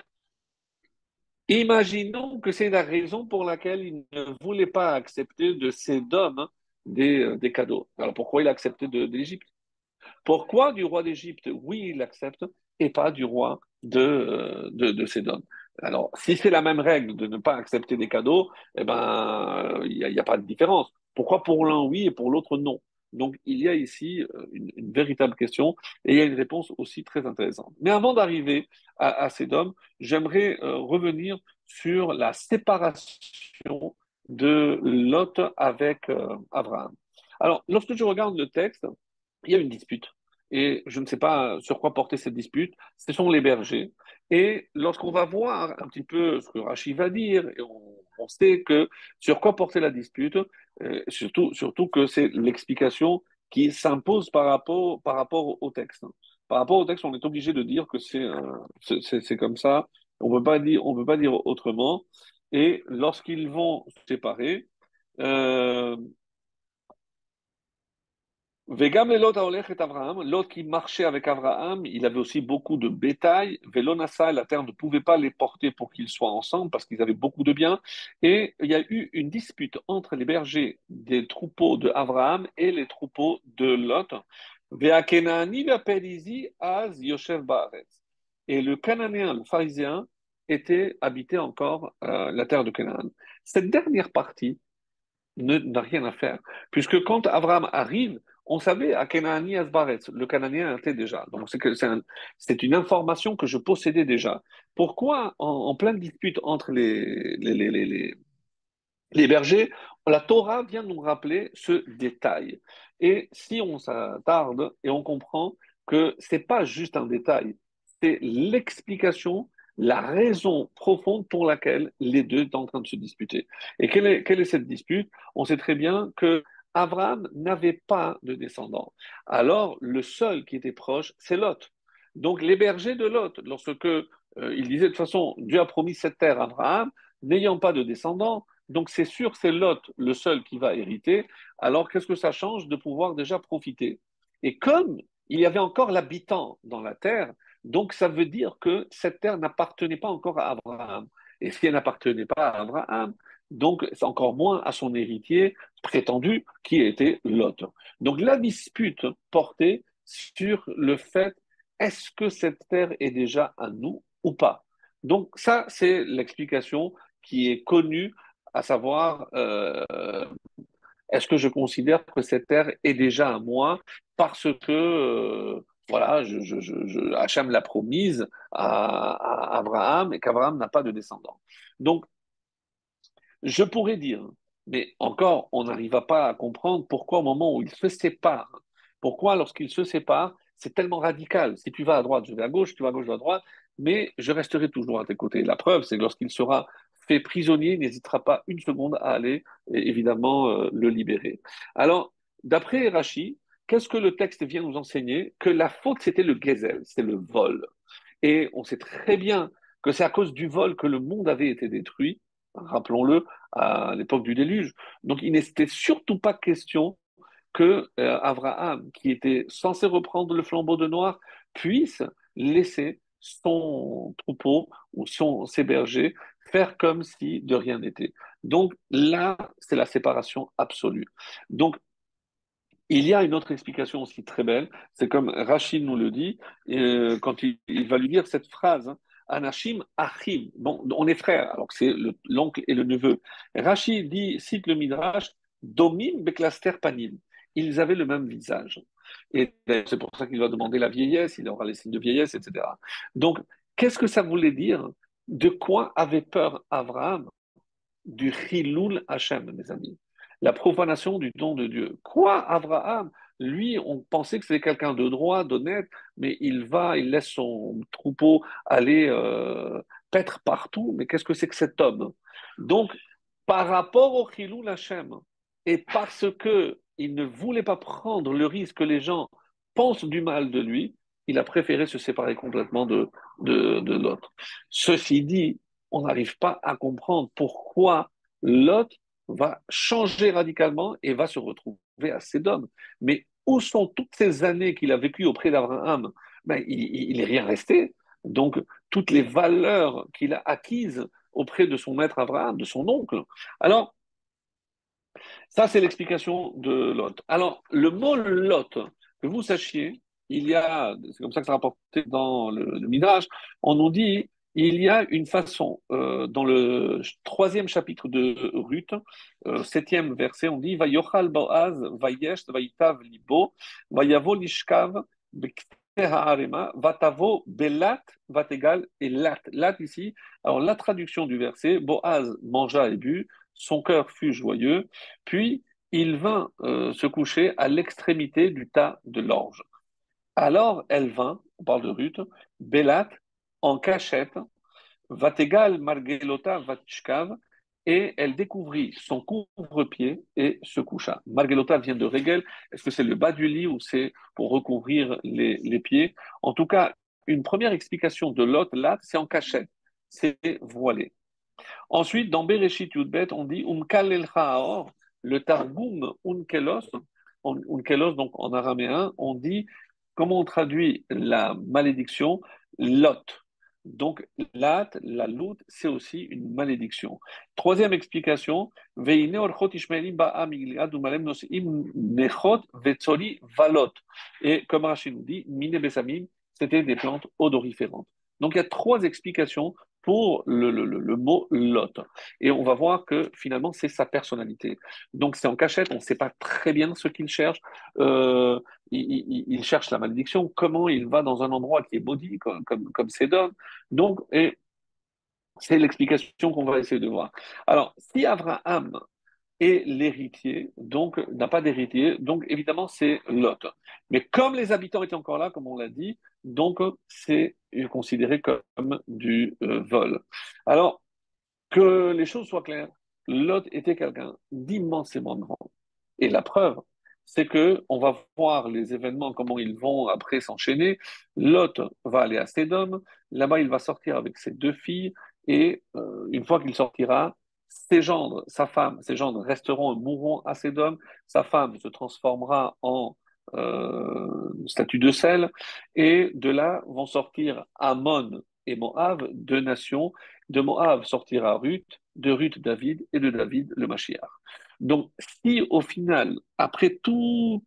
A: imaginons que c'est la raison pour laquelle il ne voulait pas accepter de Sédom des, euh, des cadeaux. Alors pourquoi il a accepté de, d'Égypte? Pourquoi du roi d'Égypte, oui, il accepte, et pas du roi de, euh, de, de Sédom? Alors, si c'est la même règle de ne pas accepter des cadeaux, eh ben, il n'y a, il y a pas de différence. Pourquoi pour l'un oui et pour l'autre non? Donc, il y a ici euh, une, une véritable question et il y a une réponse aussi très intéressante. Mais avant d'arriver à, à Sédom, j'aimerais euh, revenir sur la séparation de Lot avec euh, Abraham. Alors, lorsque je regarde le texte, il y a une dispute. Et je ne sais pas sur quoi porter cette dispute. Ce sont les bergers. Et lorsqu'on va voir un petit peu ce que Rachid va dire, et on, on sait que sur quoi porter la dispute, euh, surtout, surtout que c'est l'explication qui s'impose par rapport, par rapport au texte. Par rapport au texte, on est obligé de dire que c'est euh, c'est c'est- c'est comme ça, On peut pas dire, on peut pas dire autrement. Et lorsqu'ils vont se séparer, euh, Vegam le Lot haolech et Abraham, l'autre qui marchait avec Abraham, il avait aussi beaucoup de bétail. Velonassa, la terre ne pouvait pas les porter pour qu'ils soient ensemble parce qu'ils avaient beaucoup de biens. Et il y a eu une dispute entre les bergers des troupeaux de Abraham et les troupeaux de Lot. Veakenaani veaperizi az yoshev baaretz. Et le Cananéen, le pharisien, était habité encore euh, la terre de Canaan. Cette dernière partie ne- n'a rien à faire. Puisque quand Abraham arrive, on savait à Kenaani Asbaretz, le Cananéen était déjà. Donc c'est que c'est un- c'est une information que je possédais déjà. Pourquoi, en, en pleine dispute entre les, les, les, les, les- les bergers, la Torah vient nous rappeler ce détail. Et si on s'attarde et on comprend que c'est pas juste un détail, c'est l'explication, la raison profonde pour laquelle les deux sont en train de se disputer. Et quelle est, quelle est cette dispute? On sait très bien que Abraham n'avait pas de descendants. Alors, le seul qui était proche, c'est Lot. Donc, les bergers de Lot, lorsque euh, il disait de toute façon, Dieu a promis cette terre à Abraham, n'ayant pas de descendants, donc c'est sûr, c'est Lot le seul qui va hériter. Alors qu'est-ce que ça change de pouvoir déjà profiter? Et comme il y avait encore l'habitant dans la terre, donc ça veut dire que cette terre n'appartenait pas encore à Abraham. Et si elle n'appartenait pas à Abraham, donc c'est encore moins à son héritier prétendu qui était Lot. Donc la dispute portait sur le fait est-ce que cette terre est déjà à nous ou pas? Donc ça, c'est l'explication qui est connue, à savoir, euh, est-ce que je considère que cette terre est déjà à moi parce que, euh, voilà, je, je, je, je- Hachem l'a promise à, à Abraham et qu'Abraham n'a pas de descendant. Donc, je pourrais dire, mais encore, on n'arriva pas à comprendre pourquoi au moment où ils se séparent, pourquoi lorsqu'ils se séparent, c'est tellement radical. Si tu vas à droite, je vais à gauche, tu vas à gauche, je vais à droite, mais je resterai toujours à tes côtés. La preuve, c'est que lorsqu'il sera fait prisonnier, il n'hésitera pas une seconde à aller, et évidemment, euh, le libérer. Alors, d'après Rachi, qu'est-ce que le texte vient nous enseigner? Que la faute, c'était le gezel, c'est le vol. Et on sait très bien que c'est à cause du vol que le monde avait été détruit, rappelons-le, à l'époque du déluge. Donc il n'était surtout pas question que euh, Abraham, qui était censé reprendre le flambeau de Noir, puisse laisser son troupeau ou son, ses bergers faire comme si de rien n'était. Donc là, c'est la séparation absolue. Donc il y a une autre explication aussi très belle, c'est comme Rachid nous le dit, euh, quand il, il va lui dire cette phrase, hein, Anashim Achim, bon, on est frères, alors que c'est le- l'oncle et le neveu. Rachid dit, cite le Midrash, Domim Beklaster Panim. Ils avaient le même visage. Et c'est pour ça qu'il va demander la vieillesse, il aura les signes de vieillesse, et cetera. Donc, qu'est-ce que ça voulait dire? De quoi avait peur Abraham? Du Chilul Hashem, mes amis. La profanation du don de Dieu. Quoi, Abraham? Lui, on pensait que c'était quelqu'un de droit, d'honnête, mais il va, il laisse son troupeau aller euh, paître partout. Mais qu'est-ce que c'est que cet homme? Donc, par rapport au Chilul Hashem, et parce que il ne voulait pas prendre le risque que les gens pensent du mal de lui, il a préféré se séparer complètement de, de, de l'autre. Ceci dit, on n'arrive pas à comprendre pourquoi Lot va changer radicalement et va se retrouver à Sédom. Mais où sont toutes ces années qu'il a vécues auprès d'Abraham? Ben, il n'est rien resté. Donc, toutes les valeurs qu'il a acquises auprès de son maître Abraham, de son oncle. Alors, ça, c'est l'explication de Lot. Alors, le mot Lot, que vous sachiez, il y a, c'est comme ça que c'est rapporté dans le, le Midrash, on nous dit, il y a une façon, euh, dans le troisième chapitre de Ruth, euh, septième verset, on dit, Vayochal Boaz, Vayesh, Vayitav Libo, Vayavo Lishkav, Bekter Ha'arema, Vatavo Belat, Vategal et Lat. Lat ici, alors la traduction du verset, Boaz mangea et but, son cœur fut joyeux, puis il vint euh, se coucher à l'extrémité du tas de l'orge. Alors elle vint, on parle de Ruth, Bélat, en cachette, Vategal Margelota Vatchkav, et elle découvrit son couvre-pied et se coucha. Margelota vient de Regel. Est-ce que c'est le bas du lit ou c'est pour recouvrir les, les pieds? En tout cas, une première explication de Lot, là, c'est en cachette. c'est voilé. Ensuite, dans Bereshit Yudbet, on dit Umkalel Haor, le Targum Unkelos, Unkelos, donc en araméen, on dit, comment on traduit la malédiction? Lot. Donc, lat, la lut, c'est aussi une malédiction. Troisième explication, Veine orchot ishmaelim ba'am Gilead umalem nosim nechot vetzori valot. Et comme Rachid nous dit, mine besamim, c'était des plantes odoriférantes. Donc, il y a trois explications pour le, le, le, le mot Lot. Et on va voir que finalement, c'est sa personnalité. Donc, c'est en cachette, on ne sait pas très bien ce qu'il cherche. Euh, il, il, il, cherche la malédiction, comment il va dans un endroit qui est maudit, comme, comme, comme Sédom. Donc, et c'est l'explication qu'on va essayer de voir. Alors, si Abraham est l'héritier, donc n'a pas d'héritier, donc évidemment c'est Lot. Mais comme les habitants étaient encore là, comme on l'a dit, donc c'est considéré comme du euh, vol. Alors, que les choses soient claires, Lot était quelqu'un d'immensément grand. Et la preuve, c'est que on va voir les événements, comment ils vont après s'enchaîner. Lot va aller à Sédom, là-bas il va sortir avec ses deux filles, et euh, une fois qu'il sortira, ses gendres, sa femme, ses gendres resteront et mourront à Sédom, sa femme se transformera en euh, statue de sel, et de là vont sortir Ammon et Moab, deux nations. De Moab sortira Ruth, de Ruth David, et de David le Mashiach. Donc, si au final, après tous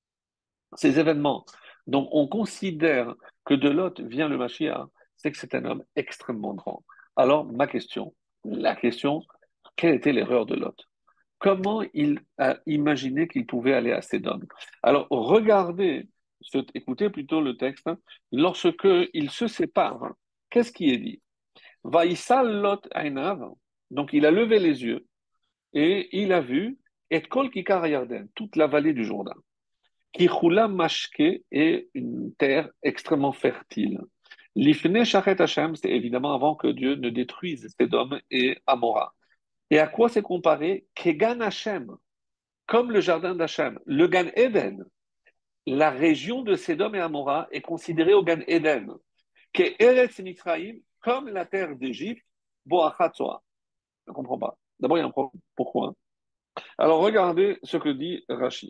A: ces événements, donc on considère que de Lot vient le Mashiach, c'est que c'est un homme extrêmement grand. Alors, ma question, la question, quelle était l'erreur de Lot? Comment il a imaginé qu'il pouvait aller à Sédom? Alors, regardez, ce- écoutez plutôt le texte, hein. Lorsque il se sépare, qu'est-ce qui est dit? Vaïsal Lot Ainav, donc il a levé les yeux et il a vu et Kol Kikar Yarden, toute la vallée du Jourdain. Kichula Mashke est une terre extrêmement fertile. L'Ifne Shachet Hashem, c'est évidemment avant que Dieu ne détruise Sédom et Amora. Et à quoi c'est comparé? Kegan Hashem, comme le jardin d'Hachem. Le Gan Eden, la région de Sédom et Amora est considérée au Gan Eden. Que Eretz Mitzrayim, comme la terre d'Égypte, Boachat Soa. Je ne comprends pas. D'abord, il y a un problème. Pourquoi? Alors, regardez ce que dit Rashi.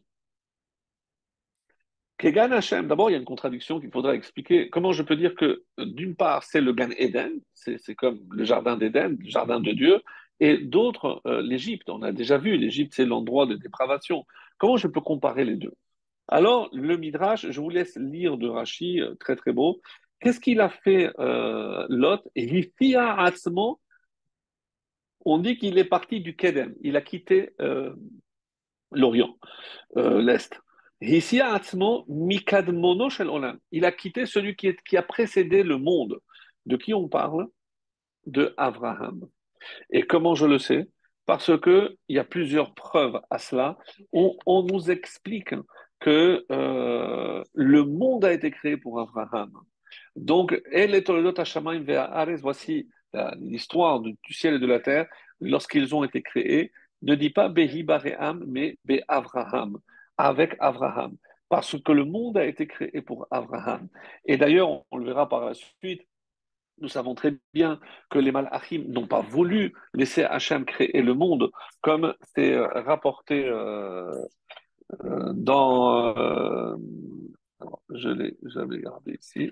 A: Kegan Hashem, d'abord, il y a une contradiction qu'il faudra expliquer. Comment je peux dire que, d'une part, c'est le Gan Eden, c'est c'est comme le jardin d'Éden, le jardin de Dieu, et d'autres, euh, l'Égypte. On a déjà vu, l'Égypte, c'est l'endroit de dépravation. Comment je peux comparer les deux? Alors, le Midrash, je vous laisse lire de Rashi, euh, très très beau. Qu'est-ce qu'il a fait, euh, Lot? Hifia Atzmo, on dit qu'il est parti du Kedem. Il a quitté euh, l'Orient, euh, l'Est. Hisia Atzmo Mikadmono Shel Olam. Il a quitté celui qui, est, qui a précédé le monde. De qui on parle? De Abraham. Et comment je le sais? Parce qu'il y a plusieurs preuves à cela. On, on nous explique que euh, le monde a été créé pour Abraham. Donc, El et Toledot Hashamayim ve'haaretz, voici la- l'histoire du, du ciel et de la terre, lorsqu'ils ont été créés, ne dit pas Behi Baream, mais Be-Avraham, avec Abraham. Parce que le monde a été créé pour Abraham. Et d'ailleurs, on, on le verra par la suite, nous savons très bien que les Malachim n'ont pas voulu laisser Hachem créer le monde, comme c'est euh, rapporté euh, euh, dans. Euh, alors, je l'ai, j'avais gardé ici.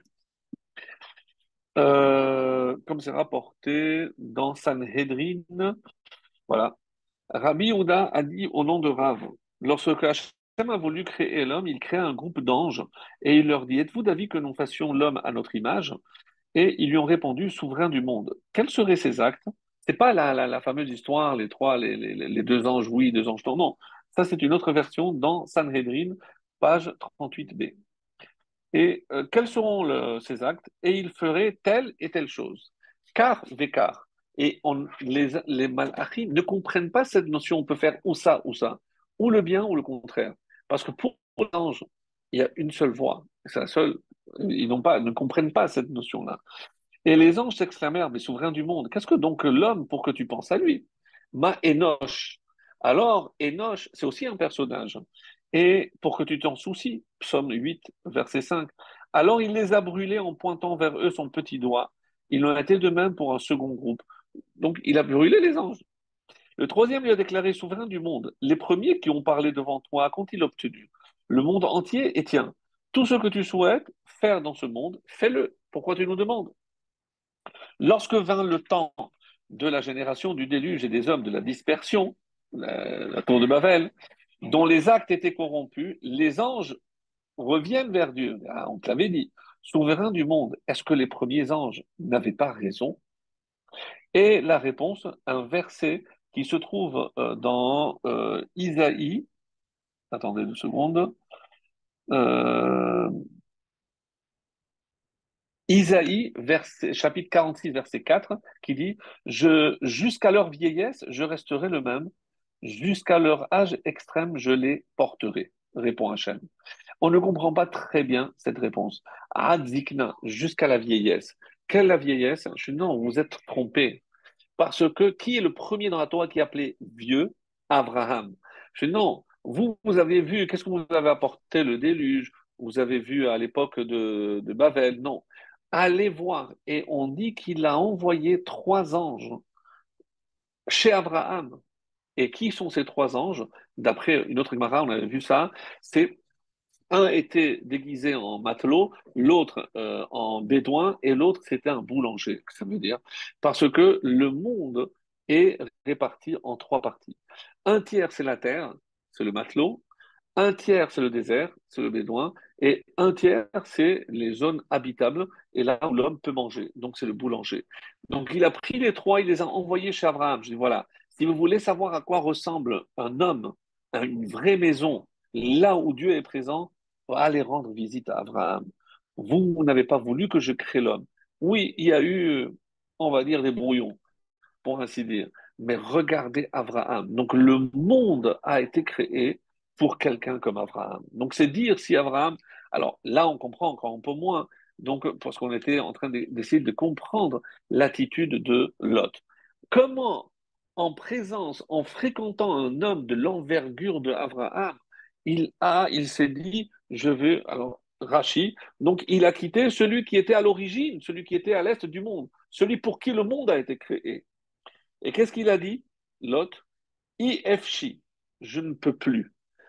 A: Euh, comme c'est rapporté dans Sanhedrin, voilà. Rabbi Yehuda a dit au nom de Rav, lorsque Hachem a voulu créer l'homme, il crée un groupe d'anges et il leur dit, êtes-vous d'avis que nous fassions l'homme à notre image? Et ils lui ont répondu, souverain du monde. Quels seraient ces actes? C'est pas la, la, la fameuse histoire, les trois, les, les, les deux anges oui, deux anges non. Non. Ça, c'est une autre version dans Sanhedrin, page trente-huit b. Et euh, quels seront le- ces actes? Et il ferait telle et telle chose. Car, vécar. Et on, les, les malachim ne comprennent pas cette notion. On peut faire ou ça, ou ça. Ou le bien, ou le contraire. Parce que pour l'ange, il y a une seule voie. C'est la seule. Ils n'ont pas, ne comprennent pas cette notion-là. Et les anges s'exclamèrent, mais souverain du monde, qu'est-ce que donc l'homme pour que tu penses à lui? Ma Enoch. Alors, Enoch, c'est aussi un personnage. Et pour que tu t'en soucies, psaume huit, verset cinq. Alors il les a brûlés en pointant vers eux son petit doigt. Il en a été de même pour un second groupe. Donc, il a brûlé les anges. Le troisième lui a déclaré souverain du monde. Les premiers qui ont parlé devant toi, qu'ont-ils obtenu? Le monde entier est tien. Tout ce que tu souhaites faire dans ce monde, fais-le. Pourquoi tu nous demandes? Lorsque vint le temps de la génération du déluge et des hommes de la dispersion, la, la tour de Babel, dont les actes étaient corrompus, les anges reviennent vers Dieu. Ah, on te l'avait dit. Souverain du monde, est-ce que les premiers anges n'avaient pas raison? Et la réponse, un verset qui se trouve euh, dans euh, Isaïe, attendez deux secondes, euh, Isaïe, verset, chapitre quarante-six, verset quatre, qui dit, je, jusqu'à leur vieillesse, je resterai le même, jusqu'à leur âge extrême, je les porterai, répond Hachem. On ne comprend pas très bien cette réponse. Ad zikna, jusqu'à la vieillesse. Quelle la vieillesse? Je dis non, vous êtes trompé. Parce que qui est le premier dans la Torah qui est appelé vieux? Abraham. Je dis non, vous, vous avez vu, qu'est-ce que vous avez apporté le déluge? Vous avez vu à l'époque de, de Babel? Non. Allez voir. Et on dit qu'il a envoyé trois anges chez Abraham. Et qui sont ces trois anges? D'après une autre Gemara, on avait vu ça, c'est un était déguisé en matelot, l'autre euh, en bédouin et l'autre c'était un boulanger. Ça veut dire parce que le monde est réparti en trois parties. Un tiers c'est la terre, c'est le matelot. Un tiers c'est le désert, c'est le bédouin. Et un tiers c'est les zones habitables et là où l'homme peut manger. Donc c'est le boulanger. Donc il a pris les trois, il les a envoyés chez Abraham. Je dis voilà, si vous voulez savoir à quoi ressemble un homme, une vraie maison, là où Dieu est présent, allez rendre visite à Abraham. Vous, vous n'avez pas voulu que je crée l'homme. Oui, il y a eu, on va dire, des brouillons, pour ainsi dire. Mais regardez Abraham. Donc le monde a été créé pour quelqu'un comme Abraham. Donc c'est dire si Abraham... Alors là, on comprend encore un peu moins. Donc, parce qu'on était en train d'essayer de comprendre l'attitude de Lot. Comment, en présence, en fréquentant un homme de l'envergure de Abraham, il a, il s'est dit, je veux, alors Rachi, donc il a quitté celui qui était à l'origine, celui qui était à l'est du monde, celui pour qui le monde a été créé. Et qu'est-ce qu'il a dit, Lot? Ifshi, je ne peux plus.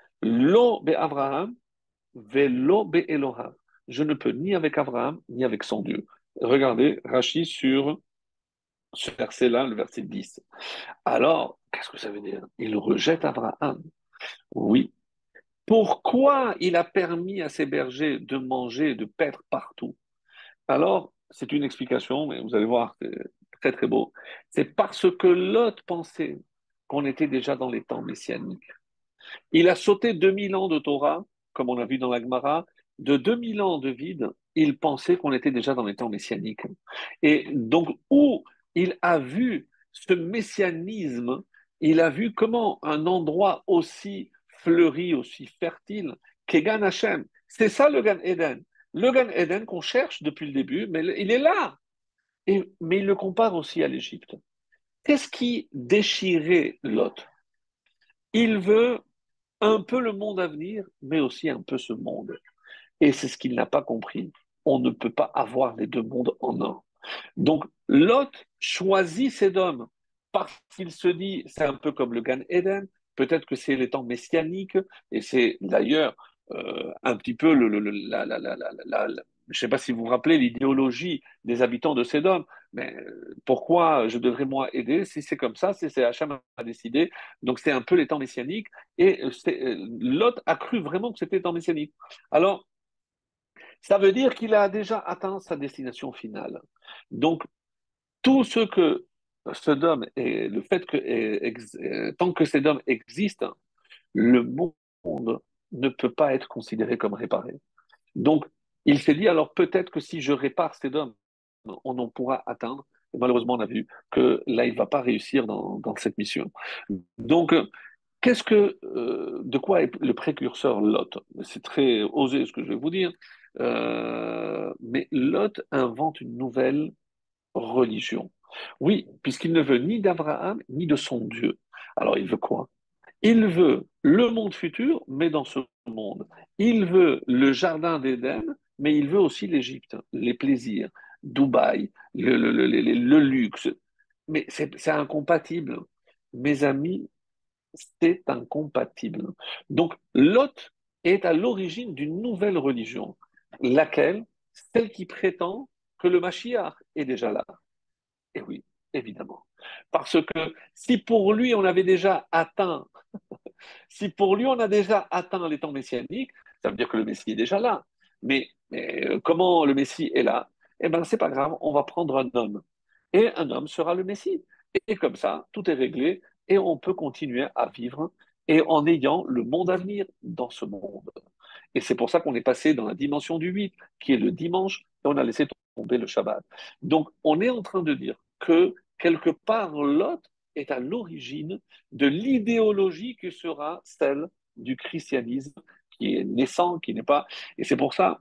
A: Lo be Abraham, velo be Elohim. Je ne peux ni avec Abraham, ni avec son Dieu. Regardez, Rachi sur ce verset-là, le verset dix. Alors, qu'est-ce que ça veut dire? Il rejette Abraham. Oui. Pourquoi il a permis à ses bergers de manger, de paître partout? Alors, c'est une explication, mais vous allez voir, c'est très très beau. C'est parce que Lot pensait qu'on était déjà dans les temps messianiques. Il a sauté deux mille ans de Torah, comme on a vu dans la Gemara, de deux mille ans de vide, il pensait qu'on était déjà dans les temps messianiques. Et donc, où il a vu ce messianisme, il a vu comment un endroit aussi fleuri, aussi fertile, qu'est Gan Hashem. C'est ça le Gan Eden. Le Gan Eden qu'on cherche depuis le début, mais il est là. Et, mais il le compare aussi à l'Égypte. Qu'est-ce qui déchirait Lot? Il veut un peu le monde à venir, mais aussi un peu ce monde. Et c'est ce qu'il n'a pas compris. On ne peut pas avoir les deux mondes en un. Donc, Lot choisit Sédom parce qu'il se dit, c'est un peu comme le Gan Eden, peut-être que c'est les temps messianiques, et c'est d'ailleurs euh, un petit peu le, le- le- la, la, la, la, la- la- je ne sais pas si vous vous rappelez l'idéologie des habitants de Sédom, mais euh, pourquoi je devrais moi aider si c'est comme ça, si c'est Hachem a décidé, donc c'est un peu les temps messianiques, et euh, c'est- euh, Lot a cru vraiment que c'était les temps messianiques. Alors, ça veut dire qu'il a déjà atteint sa destination finale. Donc, tout ce que Sodome et le fait que ex- euh, tant que Sodome existe, le monde ne peut pas être considéré comme réparé. Donc, il s'est dit alors peut-être que si je répare Sodome, on en pourra atteindre. Et malheureusement, on a vu que là, il ne va pas réussir dans, dans cette mission. Donc, euh, qu'est-ce que, euh, de quoi est le précurseur Lot? C'est très osé ce que je vais vous dire, euh, mais Lot invente une nouvelle religion. Oui, puisqu'il ne veut ni d'Abraham ni de son Dieu. Alors il veut quoi? Il veut le monde futur, mais dans ce monde. Il veut le jardin d'Éden, mais il veut aussi l'Égypte, les plaisirs. Dubaï, le, le, le, le- le luxe. Mais c'est c'est incompatible. Mes amis, c'est incompatible. Donc, Lot est à l'origine d'une nouvelle religion, laquelle, celle qui prétend que le Mashiach est déjà là. Et oui, évidemment. Parce que si pour lui on avait déjà atteint, si pour lui on a déjà atteint les temps messianiques, ça veut dire que le Messie est déjà là. Mais, mais, euh, comment le Messie est là? Eh bien, c'est pas grave, on va prendre un homme. Et un homme sera le Messie. Et comme ça, tout est réglé et on peut continuer à vivre et en ayant le monde à venir dans ce monde. Et c'est pour ça qu'on est passé dans la dimension du huit, qui est le dimanche, et on a laissé tomber le Shabbat. Donc, on est en train de dire que quelque part, Lot est à l'origine de l'idéologie qui sera celle du christianisme, qui est naissant, qui n'est pas. Et c'est pour ça,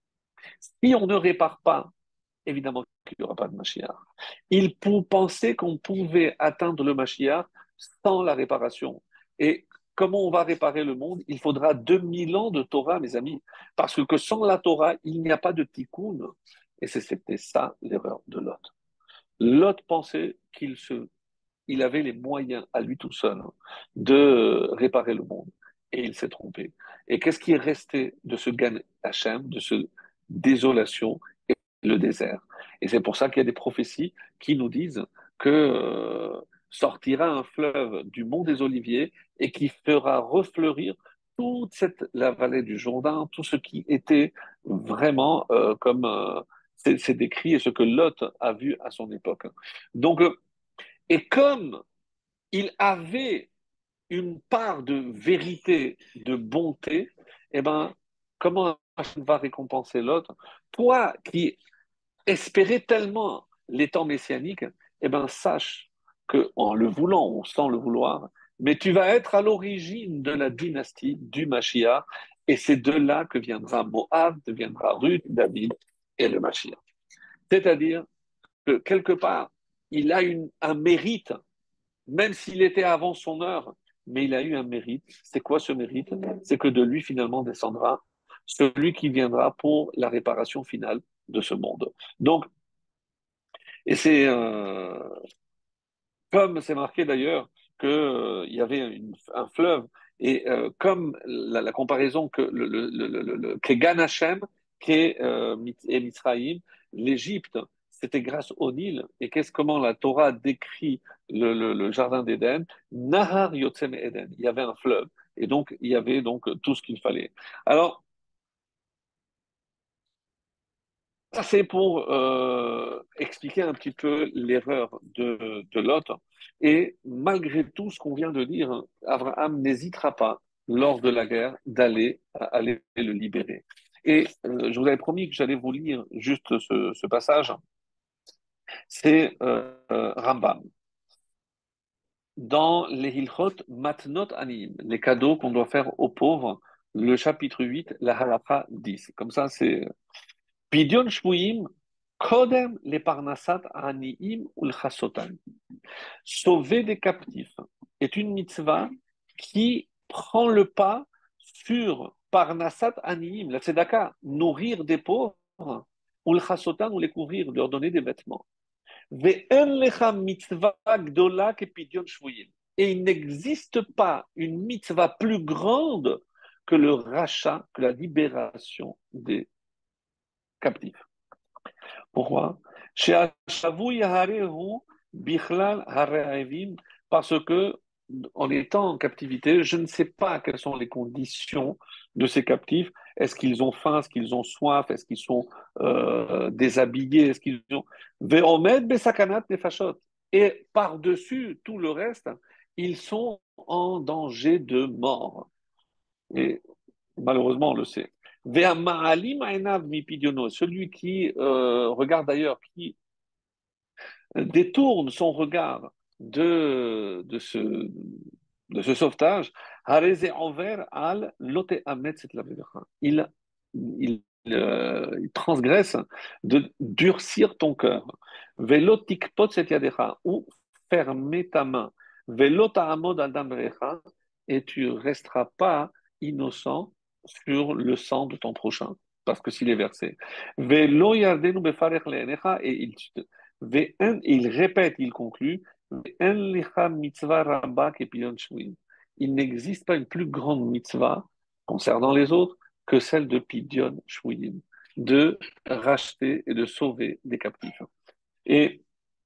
A: si on ne répare pas, évidemment qu'il n'y aura pas de Mashiach. Il pensaient qu'on pouvait atteindre le Mashiach sans la réparation. Et comment on va réparer le monde? Il faudra deux mille ans de Torah, mes amis. Parce que sans la Torah, il n'y a pas de tikkun. Et c'était ça l'erreur de Lot. Lot pensait qu'il se, il avait les moyens à lui tout seul de réparer le monde. Et il s'est trompé. Et qu'est-ce qui est resté de ce Gan Hachem, de ce désolation? Le désert. Et c'est pour ça qu'il y a des prophéties qui nous disent que euh, sortira un fleuve du mont des Oliviers et qui fera refleurir toute cette, la vallée du Jourdain, tout ce qui était vraiment euh, comme euh, c'est c'est décrit et ce que Lot a vu à son époque. Donc, euh, et comme il avait une part de vérité, de bonté, eh ben, comment Hachem va récompenser Lot? Toi qui espérer tellement les temps messianiques, eh bien, sache que en le voulant ou sans le vouloir, mais tu vas être à l'origine de la dynastie du Mashiach, et c'est de là que viendra Moab, deviendra Ruth, David et le Mashiach. C'est-à-dire que quelque part, il a une, un mérite, même s'il était avant son heure, mais il a eu un mérite. C'est quoi ce mérite? C'est que de lui finalement descendra celui qui viendra pour la réparation finale de ce monde. Donc, et c'est euh, comme c'est marqué d'ailleurs qu'il euh, y avait une- un fleuve, et euh, comme la, la comparaison que le, le, le, le, le- qu'est Gan Hashem, qu'est euh, et Mitzrayim, l'Égypte, c'était grâce au Nil. Et qu'est-ce comment la Torah décrit le, le, le jardin d'Éden? Nahar Yotzem Eden. Il y avait un fleuve, et donc il y avait donc tout ce qu'il fallait. Alors ça, c'est pour euh, expliquer un petit peu l'erreur de, de Lot. Et malgré tout ce qu'on vient de dire, Abraham n'hésitera pas, lors de la guerre, d'aller aller le libérer. Et euh, je vous avais promis que j'allais vous lire juste ce, ce passage. C'est euh, euh, Rambam. Dans les Hilchot Matnot Anim, les cadeaux qu'on doit faire aux pauvres, le chapitre huit, la halakha dix. Comme ça, c'est Pidion Shvuim, Kodem le Parnassat Aniim ul Chasotan. Sauver des captifs est une mitzvah qui prend le pas sur Parnassat Aniim, la tzedaka, nourrir des pauvres, ul Chasotan, ou les couvrir, leur donner des vêtements. Ve'en lecha mitzvah gdola ke Pidion Shvuim. Et il n'existe pas une mitzvah plus grande que le rachat, que la libération des captifs. Pourquoi? Chez Hashavu Yaharehu Bichlal Hareavim, parce que en étant en captivité, je ne sais pas quelles sont les conditions de ces captifs. Est-ce qu'ils ont faim? Est-ce qu'ils ont soif? Est-ce qu'ils sont euh, déshabillés? Est-ce qu'ils ont Ve'omed besakanat nefashot? Et par-dessus tout le reste, ils sont en danger de mort. Et malheureusement, on le sait. Ve'ama'alim ainav mipidiono, celui qui euh, regarde ailleurs, qui détourne son regard de, de, ce, de ce sauvetage, hareze envers al lote amet set lavecha. Il, il, euh, il transgresse de durcir ton cœur. Velotik pot set yadecha, ou fermer ta main. Velota amod al damrecha, et tu resteras pas innocent sur le sang de ton prochain. parce que s'il est versé. Velo yardenu befarech le'enecha, et il, ve'en- il répète, il conclut, ve'en lecha mitzvah rabba kepiyon shvuim. Il n'existe pas une plus grande mitzvah concernant les autres que celle de Pidyon Shvuim, de racheter et de sauver des captifs. Et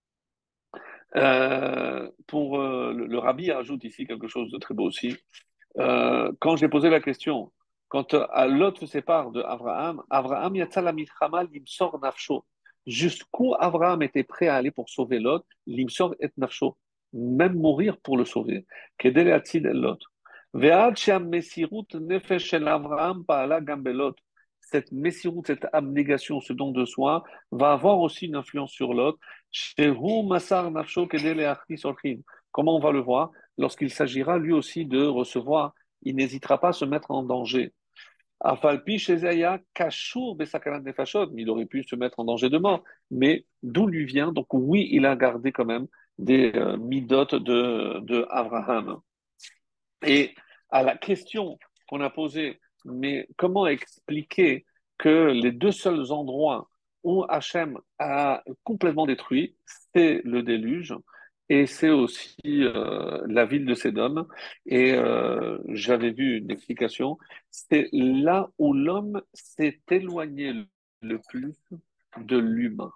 A: euh, pour euh, le, le rabbi ajoute ici quelque chose de très beau aussi. Euh, quand j'ai posé la question, quand euh, Lot se sépare de Abraham, Abraham yatsa la milchama limsor nafsho. Jusqu'où Abraham était prêt à aller pour sauver Lot, limsor et nafsho, même mourir pour le sauver. Kedele atzid el Lot. Ve'ad she'am mesirut nefesh shel Abraham pa'ala gam belot. Cette messirut, cette abnégation, ce don de soi, va avoir aussi une influence sur Lot. Shehu masar nafsho kedele achris olchin. Comment on va le voir? Lorsqu'il s'agira lui aussi de recevoir, il n'hésitera pas à se mettre en danger. Afalpi Shezeya Kashour Besakaran Nefashot, il aurait pu se mettre en danger de mort. Mais d'où lui vient? Donc oui, il a gardé quand même des euh, midotes de, de Abraham. Et à la question qu'on a posée, mais comment expliquer que les deux seuls endroits où Hachem a complètement détruit, c'est le déluge et c'est aussi euh, la ville de Sédom. Et euh, j'avais vu une explication, c'est là où l'homme s'est éloigné le plus de l'humain,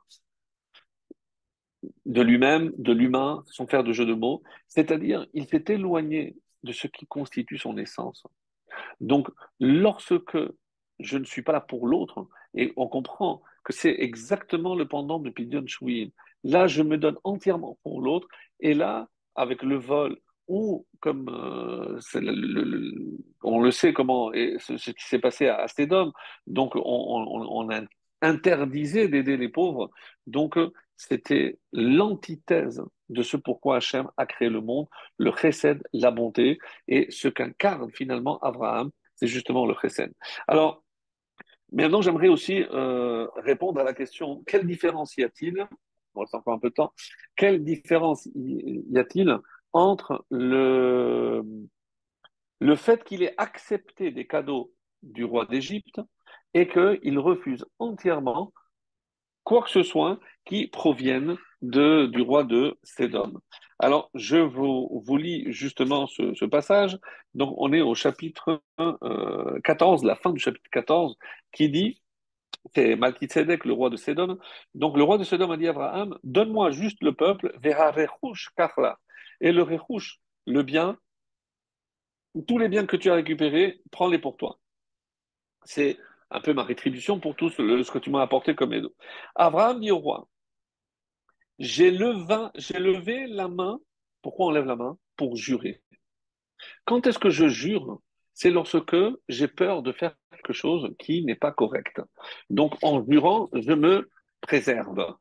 A: de lui-même, de l'humain, sans faire de jeu de mots, c'est-à-dire il s'est éloigné de ce qui constitue son essence. Donc, lorsque je ne suis pas là pour l'autre, et on comprend que c'est exactement le pendant de Pidyon Shvuim, là, je me donne entièrement pour l'autre, et là, avec le vol, ou comme euh, c'est le- le- le- on le sait comment, et ce, ce qui s'est passé à, à Sodome, donc on, on, on a interdisait d'aider les pauvres, donc euh, c'était l'antithèse de ce pourquoi Hachem a créé le monde, le chesed, la bonté, et ce qu'incarne finalement Abraham, c'est justement le chesed. Alors, maintenant, j'aimerais aussi euh, répondre à la question, quelle différence y a-t-il, on reste encore un peu de temps, quelle différence y y a-t-il entre le, le fait qu'il ait accepté des cadeaux du roi d'Égypte et qu'il refuse entièrement quoi que ce soit qui provienne de, du roi de Sédom. Alors, je vous, vous lis justement ce, ce passage. Donc, on est au chapitre euh, quatorze, la fin du chapitre quatorze, qui dit, c'est Malkitzedek, le roi de Sédom. Donc, le roi de Sédom a dit à Abraham, donne-moi juste le peuple, vera rechouch karla. Et le rechouch, le bien, tous les biens que tu as récupérés, prends-les pour toi. C'est un peu ma rétribution pour tout ce, ce que tu m'as apporté comme aide. Abraham dit au roi, J'ai levé, j'ai levé la main. Pourquoi on lève la main? Pour jurer. Quand est-ce que je jure? C'est lorsque j'ai peur de faire quelque chose qui n'est pas correct. Donc, en jurant, je me préserve.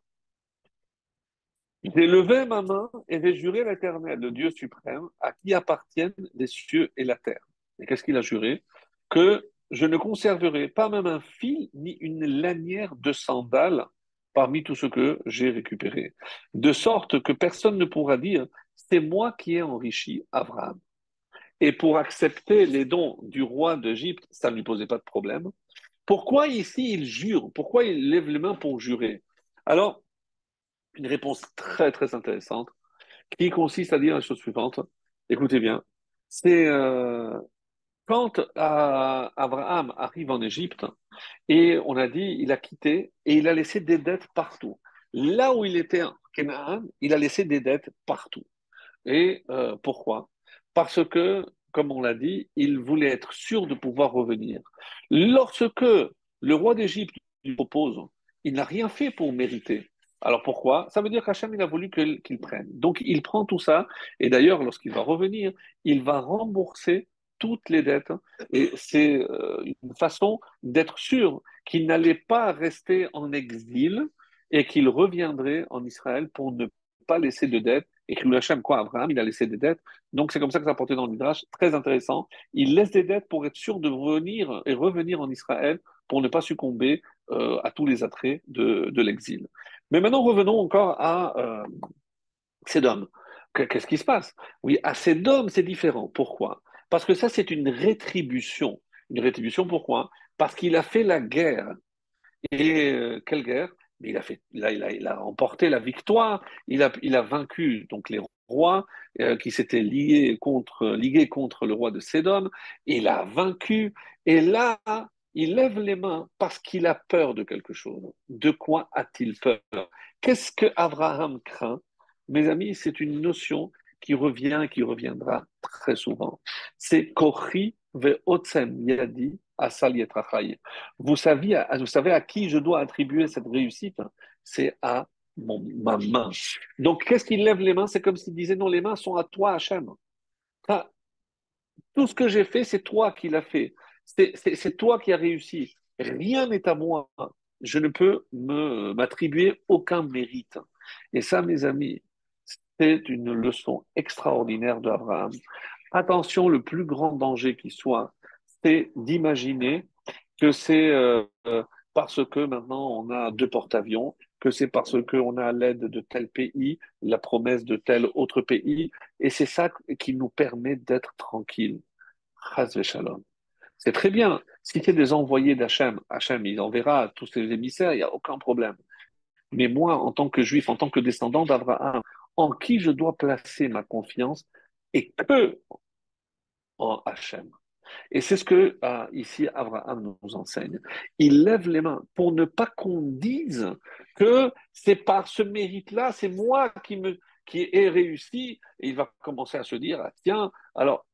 A: J'ai levé ma main et j'ai juré l'Éternel, le Dieu suprême, à qui appartiennent les cieux et la terre. Et qu'est-ce qu'il a juré? Que je ne conserverai pas même un fil ni une lanière de sandales parmi tout ce que j'ai récupéré. De sorte que personne ne pourra dire, c'est moi qui ai enrichi Abraham. Et pour accepter les dons du roi d'Égypte, ça ne lui posait pas de problème. Pourquoi ici il jure? Pourquoi il lève les mains pour jurer? Alors, une réponse très très intéressante qui consiste à dire la chose suivante. Écoutez bien, c'est euh, quand euh, Abraham arrive en Égypte et on a dit il a quitté et il a laissé des dettes partout. Là où il était en Canaan, il a laissé des dettes partout. Et euh, pourquoi? Parce que, comme on l'a dit, il voulait être sûr de pouvoir revenir. Lorsque le roi d'Égypte lui propose, il n'a rien fait pour mériter. Alors pourquoi? Ça veut dire qu'Hachem, il a voulu qu'il qu'il prenne. Donc il prend tout ça, et d'ailleurs, lorsqu'il va revenir, il va rembourser toutes les dettes. Et c'est euh, une façon d'être sûr qu'il n'allait pas rester en exil et qu'il reviendrait en Israël pour ne pas laisser de dettes et que Hachem, quoi, Abraham, il a laissé des dettes. Donc c'est comme ça que ça a porté dans le Midrash, très intéressant. Il laisse des dettes pour être sûr de revenir et revenir en Israël pour ne pas succomber euh, à tous les attraits de, de l'exil. Mais maintenant, revenons encore à euh, Sédom. Qu'est-ce qui se passe? Oui, à Sédom, c'est différent. Pourquoi? Parce que ça, c'est une rétribution. Une rétribution, pourquoi? parce qu'il a fait la guerre. Et euh, quelle guerre? Mais il a fait, là, il a, il a remporté la victoire. Il a, il a vaincu donc les rois euh, qui s'étaient liés contre, ligués contre le roi de Sédom. Il a vaincu. Et là, il lève les mains parce qu'il a peur de quelque chose. De quoi a-t-il peur? Qu'est-ce que Abraham craint? Mes amis, c'est une notion qui revient et qui reviendra très souvent. C'est Kochi ve'otsem yadi asal yetrachai. Vous savez, vous savez à qui je dois attribuer cette réussite? C'est à mon, ma main. Donc, qu'est-ce qu'il lève les mains? C'est comme s'il disait, non, les mains sont à toi, Hachem. Ah, tout ce que j'ai fait, c'est toi qui l'as fait. C'est c'est- c'est toi qui as réussi. Rien n'est à moi. Je ne peux me, m'attribuer aucun mérite. Et ça, mes amis, c'est une leçon extraordinaire d'Abraham. Attention, le plus grand danger qui soit, c'est d'imaginer que c'est euh, euh, parce que maintenant on a deux porte-avions, que c'est parce qu'on a l'aide de tel pays, la promesse de tel autre pays, et c'est ça qui nous permet d'être tranquilles. Chas v'shalom. C'est très bien. Si c'est des envoyés d'Hachem, Hachem, il enverra tous ses émissaires, il n'y a aucun problème. Mais moi, en tant que juif, en tant que descendant d'Abraham, en qui je dois placer ma confiance et que en Hachem. Et c'est ce que euh, ici Abraham nous enseigne. Il lève les mains pour ne pas qu'on dise que c'est par ce mérite-là, c'est moi qui me qui ai réussi. Et il va commencer à se dire ah, tiens, alors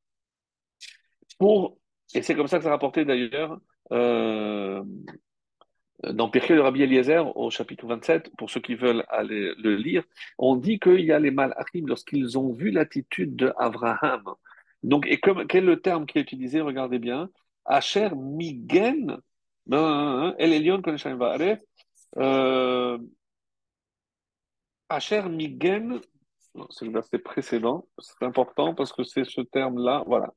A: pour et c'est comme ça que ça rapporté d'ailleurs euh, dans Pirkei de Rabbi Eliezer au chapitre vingt-sept, pour ceux qui veulent aller le lire, on dit qu'il y a les malachim lorsqu'ils ont vu l'attitude d'Abraham. Donc, et comme, quel est le terme qui est utilisé? Regardez bien. Asher migen, el elyon koneshaim va'aref, euh, Asher migen, non, c'est le verset précédent, c'est important parce que c'est ce terme-là, voilà.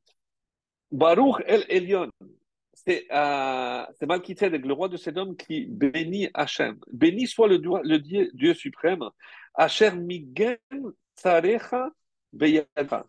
A: Baruch el elyon, c'est euh, c'est Malkitzedek, le roi de Sédom, qui bénit Hachem. Béni soit le, Dieu, le Dieu, Dieu suprême. Hachem migen tzarecha beyadcha.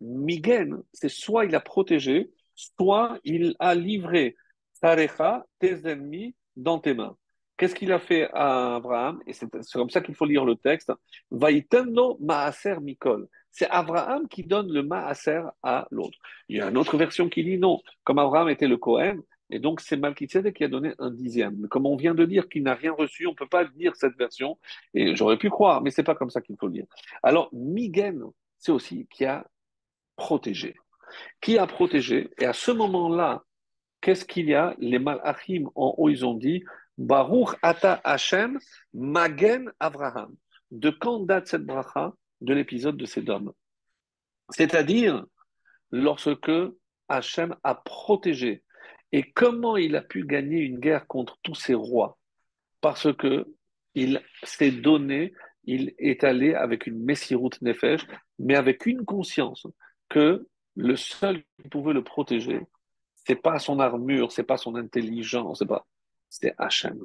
A: Migen, c'est soit il a protégé, soit il a livré tzarecha, tes ennemis, dans tes mains. Qu'est-ce qu'il a fait à Abraham? Et c'est c'est comme ça qu'il faut lire le texte. Vaïtenno maaser mikol. C'est Abraham qui donne le maaser à l'autre. Il y a une autre version qui dit non, comme Abraham était le Cohen, et donc c'est Malkitzedek qui a donné un dixième. Mais comme on vient de dire qu'il n'a rien reçu, on ne peut pas dire cette version, et j'aurais pu croire, mais c'est pas comme ça qu'il faut le dire. Alors, Migen, c'est aussi qui a protégé. Qui a protégé? Et à ce moment-là, qu'est-ce qu'il y a? Les Malachim en haut, ils ont dit Baruch ata Hashem Magen Abraham. De quand date cette bracha? De l'épisode de Sédom. C'est-à-dire, lorsque Hachem a protégé. Et comment il a pu gagner une guerre contre tous ces rois? Parce que il s'est donné, il est allé avec une Messirut Nefesh, mais avec une conscience que le seul qui pouvait le protéger, c'est pas son armure, c'est pas son intelligence, c'est pas, c'est Hachem.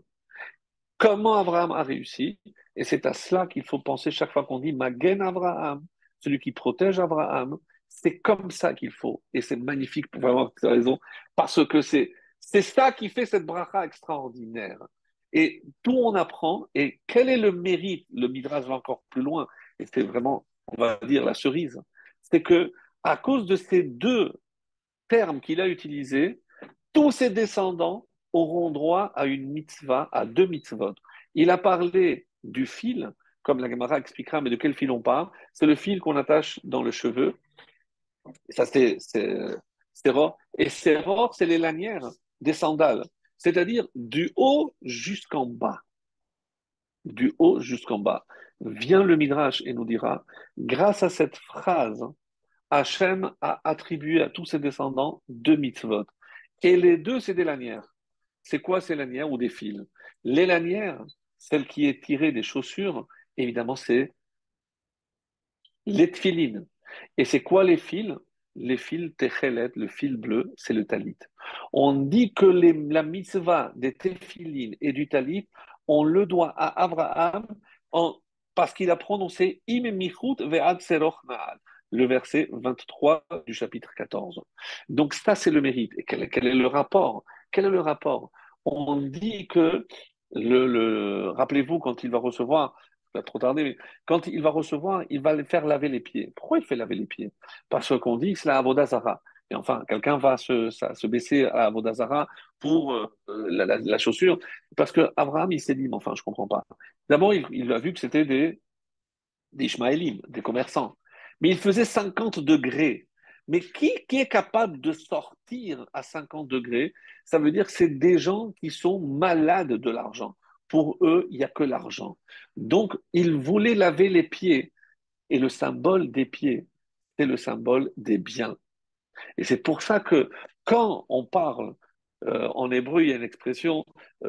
A: Comment Abraham a réussi? Et c'est à cela qu'il faut penser chaque fois qu'on dit Magen Abraham, celui qui protège Abraham. C'est comme ça qu'il faut. Et c'est magnifique, pour vraiment, tu as raison, parce que c'est, c'est ça qui fait cette bracha extraordinaire. Et tout on apprend, et quel est le mérite? Le Midrash va encore plus loin, et c'est vraiment, on va dire, la cerise. C'est que, à cause de ces deux termes qu'il a utilisés, tous ses descendants auront droit à une mitzvah, à deux mitzvot. Il a parlé du fil, comme la Gemara expliquera, mais de quel fil on parle? C'est le fil qu'on attache dans le cheveu. Et ça, c'est Séror. Et Séror, c'est les lanières des sandales. C'est-à-dire du haut jusqu'en bas. Du haut jusqu'en bas. Vient le Midrash et nous dira, grâce à cette phrase, Hachem a attribué à tous ses descendants deux mitzvot. Et les deux, c'est des lanières. C'est quoi ces lanières ou des fils? Les lanières, celle qui est tirée des chaussures, évidemment, c'est les tfilines. Et c'est quoi les fils? Les fils techelet, le fil bleu, c'est le talit. On dit que les, la mitzvah des tefilines et du talit, on le doit à Abraham en, parce qu'il a prononcé im michut ve'ad seroch na'al, le verset vingt-trois du chapitre quatorze. Donc ça, c'est le mérite. Et quel, quel est le rapport? Quel est le rapport? On dit que, le, le- rappelez-vous, quand il va recevoir, il va trop tarder, mais quand il va recevoir, il va le faire laver les pieds. Pourquoi il fait laver les pieds? Parce qu'on dit que c'est la Avodazara. Et enfin, quelqu'un va se, ça- se baisser à Avodazara pour euh, la, la- la chaussure, parce que Abraham, il s'est dit, mais enfin, je comprends pas. D'abord, il, il a vu que c'était des des Ishmaélim, des commerçants. Mais il faisait cinquante degrés. Mais qui, qui est capable de sortir à cinquante degrés? Ça veut dire que c'est des gens qui sont malades de l'argent. Pour eux, il n'y a que l'argent. Donc, ils voulaient laver les pieds. Et le symbole des pieds, c'est le symbole des biens. Et c'est pour ça que quand on parle, euh, en hébreu, il y a une expression,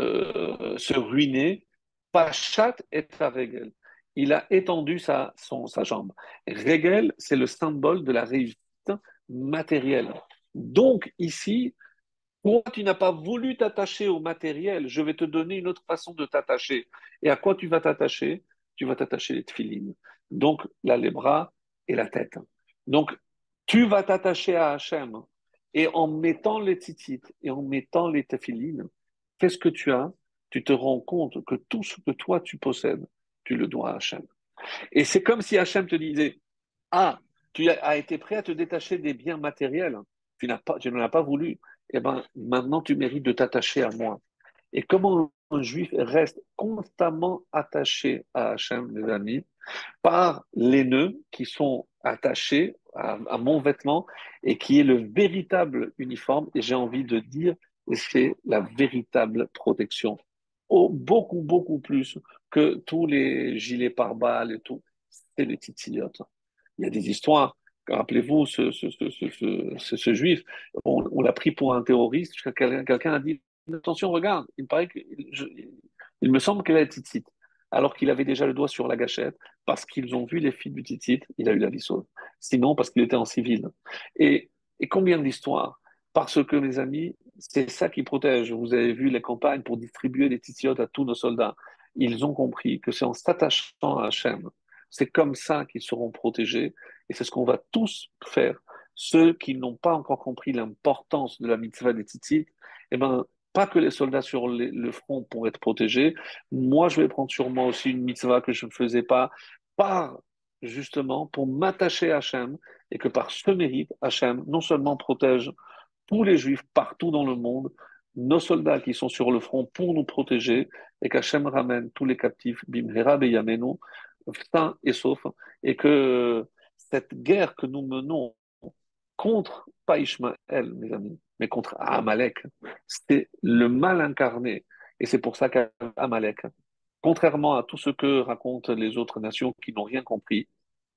A: euh, se ruiner, Pachat et Regel. Il a étendu sa, son, sa jambe. Regel, c'est le symbole de la réussite matérielle. Donc ici, toi, tu n'as pas voulu t'attacher au matériel. Je vais te donner une autre façon de t'attacher. Et à quoi tu vas t'attacher? Tu vas t'attacher les tefilines. Donc, là, les bras et la tête. Donc, tu vas t'attacher à Hachem. Et en mettant les titites et en mettant les tefilines, qu'est-ce que tu as? Tu te rends compte que tout ce que toi, tu possèdes, tu le dois à Hachem. Et c'est comme si Hachem te disait, ah, tu as été prêt à te détacher des biens matériels. Tu n'as pas, tu n'en as pas voulu. Eh ben, maintenant, tu mérites de t'attacher à moi. Et comment un juif reste constamment attaché à Hachem, mes amis, par les nœuds qui sont attachés à, à mon vêtement et qui est le véritable uniforme. Et j'ai envie de dire, c'est la véritable protection. Oh, beaucoup, beaucoup plus que tous les gilets pare-balles et tout. C'est les titilliotes. Il y a des histoires. Rappelez-vous, ce, ce, ce, ce, ce, ce- ce juif, on, on l'a pris pour un terroriste. Quelqu'un quelqu'un a dit, attention, regarde, il me paraît que, je- il me semble qu'elle a titite. Alors qu'il avait déjà le doigt sur la gâchette, parce qu'ils ont vu les filles du titite, il a eu la vie sauve. Sinon, parce qu'il était en civil. Et, et combien d'histoires? Parce que, mes amis, c'est ça qui protège. Vous avez vu les campagnes pour distribuer des titiotes à tous nos soldats. Ils ont compris que c'est en s'attachant à Hachem, c'est comme ça qu'ils seront protégés. Et c'est ce qu'on va tous faire. Ceux qui n'ont pas encore compris l'importance de la mitzvah des tzitzit, eh ben, pas que les soldats sur les- le front pour être protégés. Moi, je vais prendre sur moi aussi une mitzvah que je ne faisais pas, par justement pour m'attacher à Hachem, et que par ce mérite, Hachem non seulement protège tous les juifs partout dans le monde, nos soldats qui sont sur le front pour nous protéger, et qu'Hachem ramène tous les captifs, bimhera beyamenu, sains et saufs, et que cette guerre que nous menons contre, pas Ishmaël, mes amis, mais contre Amalek, c'est le mal incarné. Et c'est pour ça qu'Amalek, contrairement à tout ce que racontent les autres nations qui n'ont rien compris,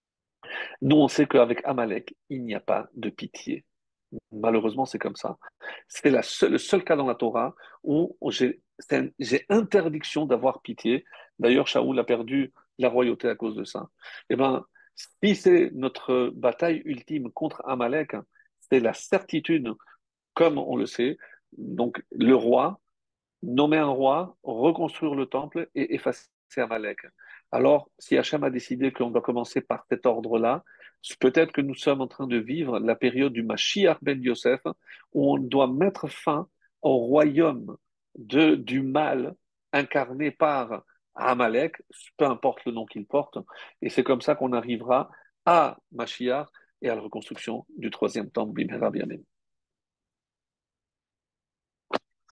A: nous on sait qu'avec Amalek, il n'y a pas de pitié. Malheureusement, c'est comme ça. C'est la seule- le seul cas dans la Torah où j'ai c'est un- j'ai interdiction d'avoir pitié. D'ailleurs, Shaoul a perdu la royauté à cause de ça. Eh ben, si c'est notre bataille ultime contre Amalek, c'est la certitude, comme on le sait, donc le roi, nommer un roi, reconstruire le temple et effacer Amalek. Alors, si Hachem a décidé qu'on doit commencer par cet ordre-là, peut-être que nous sommes en train de vivre la période du Mashiach ben Yosef, où on doit mettre fin au royaume de, du mal incarné par Amalek, peu importe le nom qu'il porte, et c'est comme ça qu'on arrivera à Mashiach et à la reconstruction du troisième temple, Bimhera B'Yamin.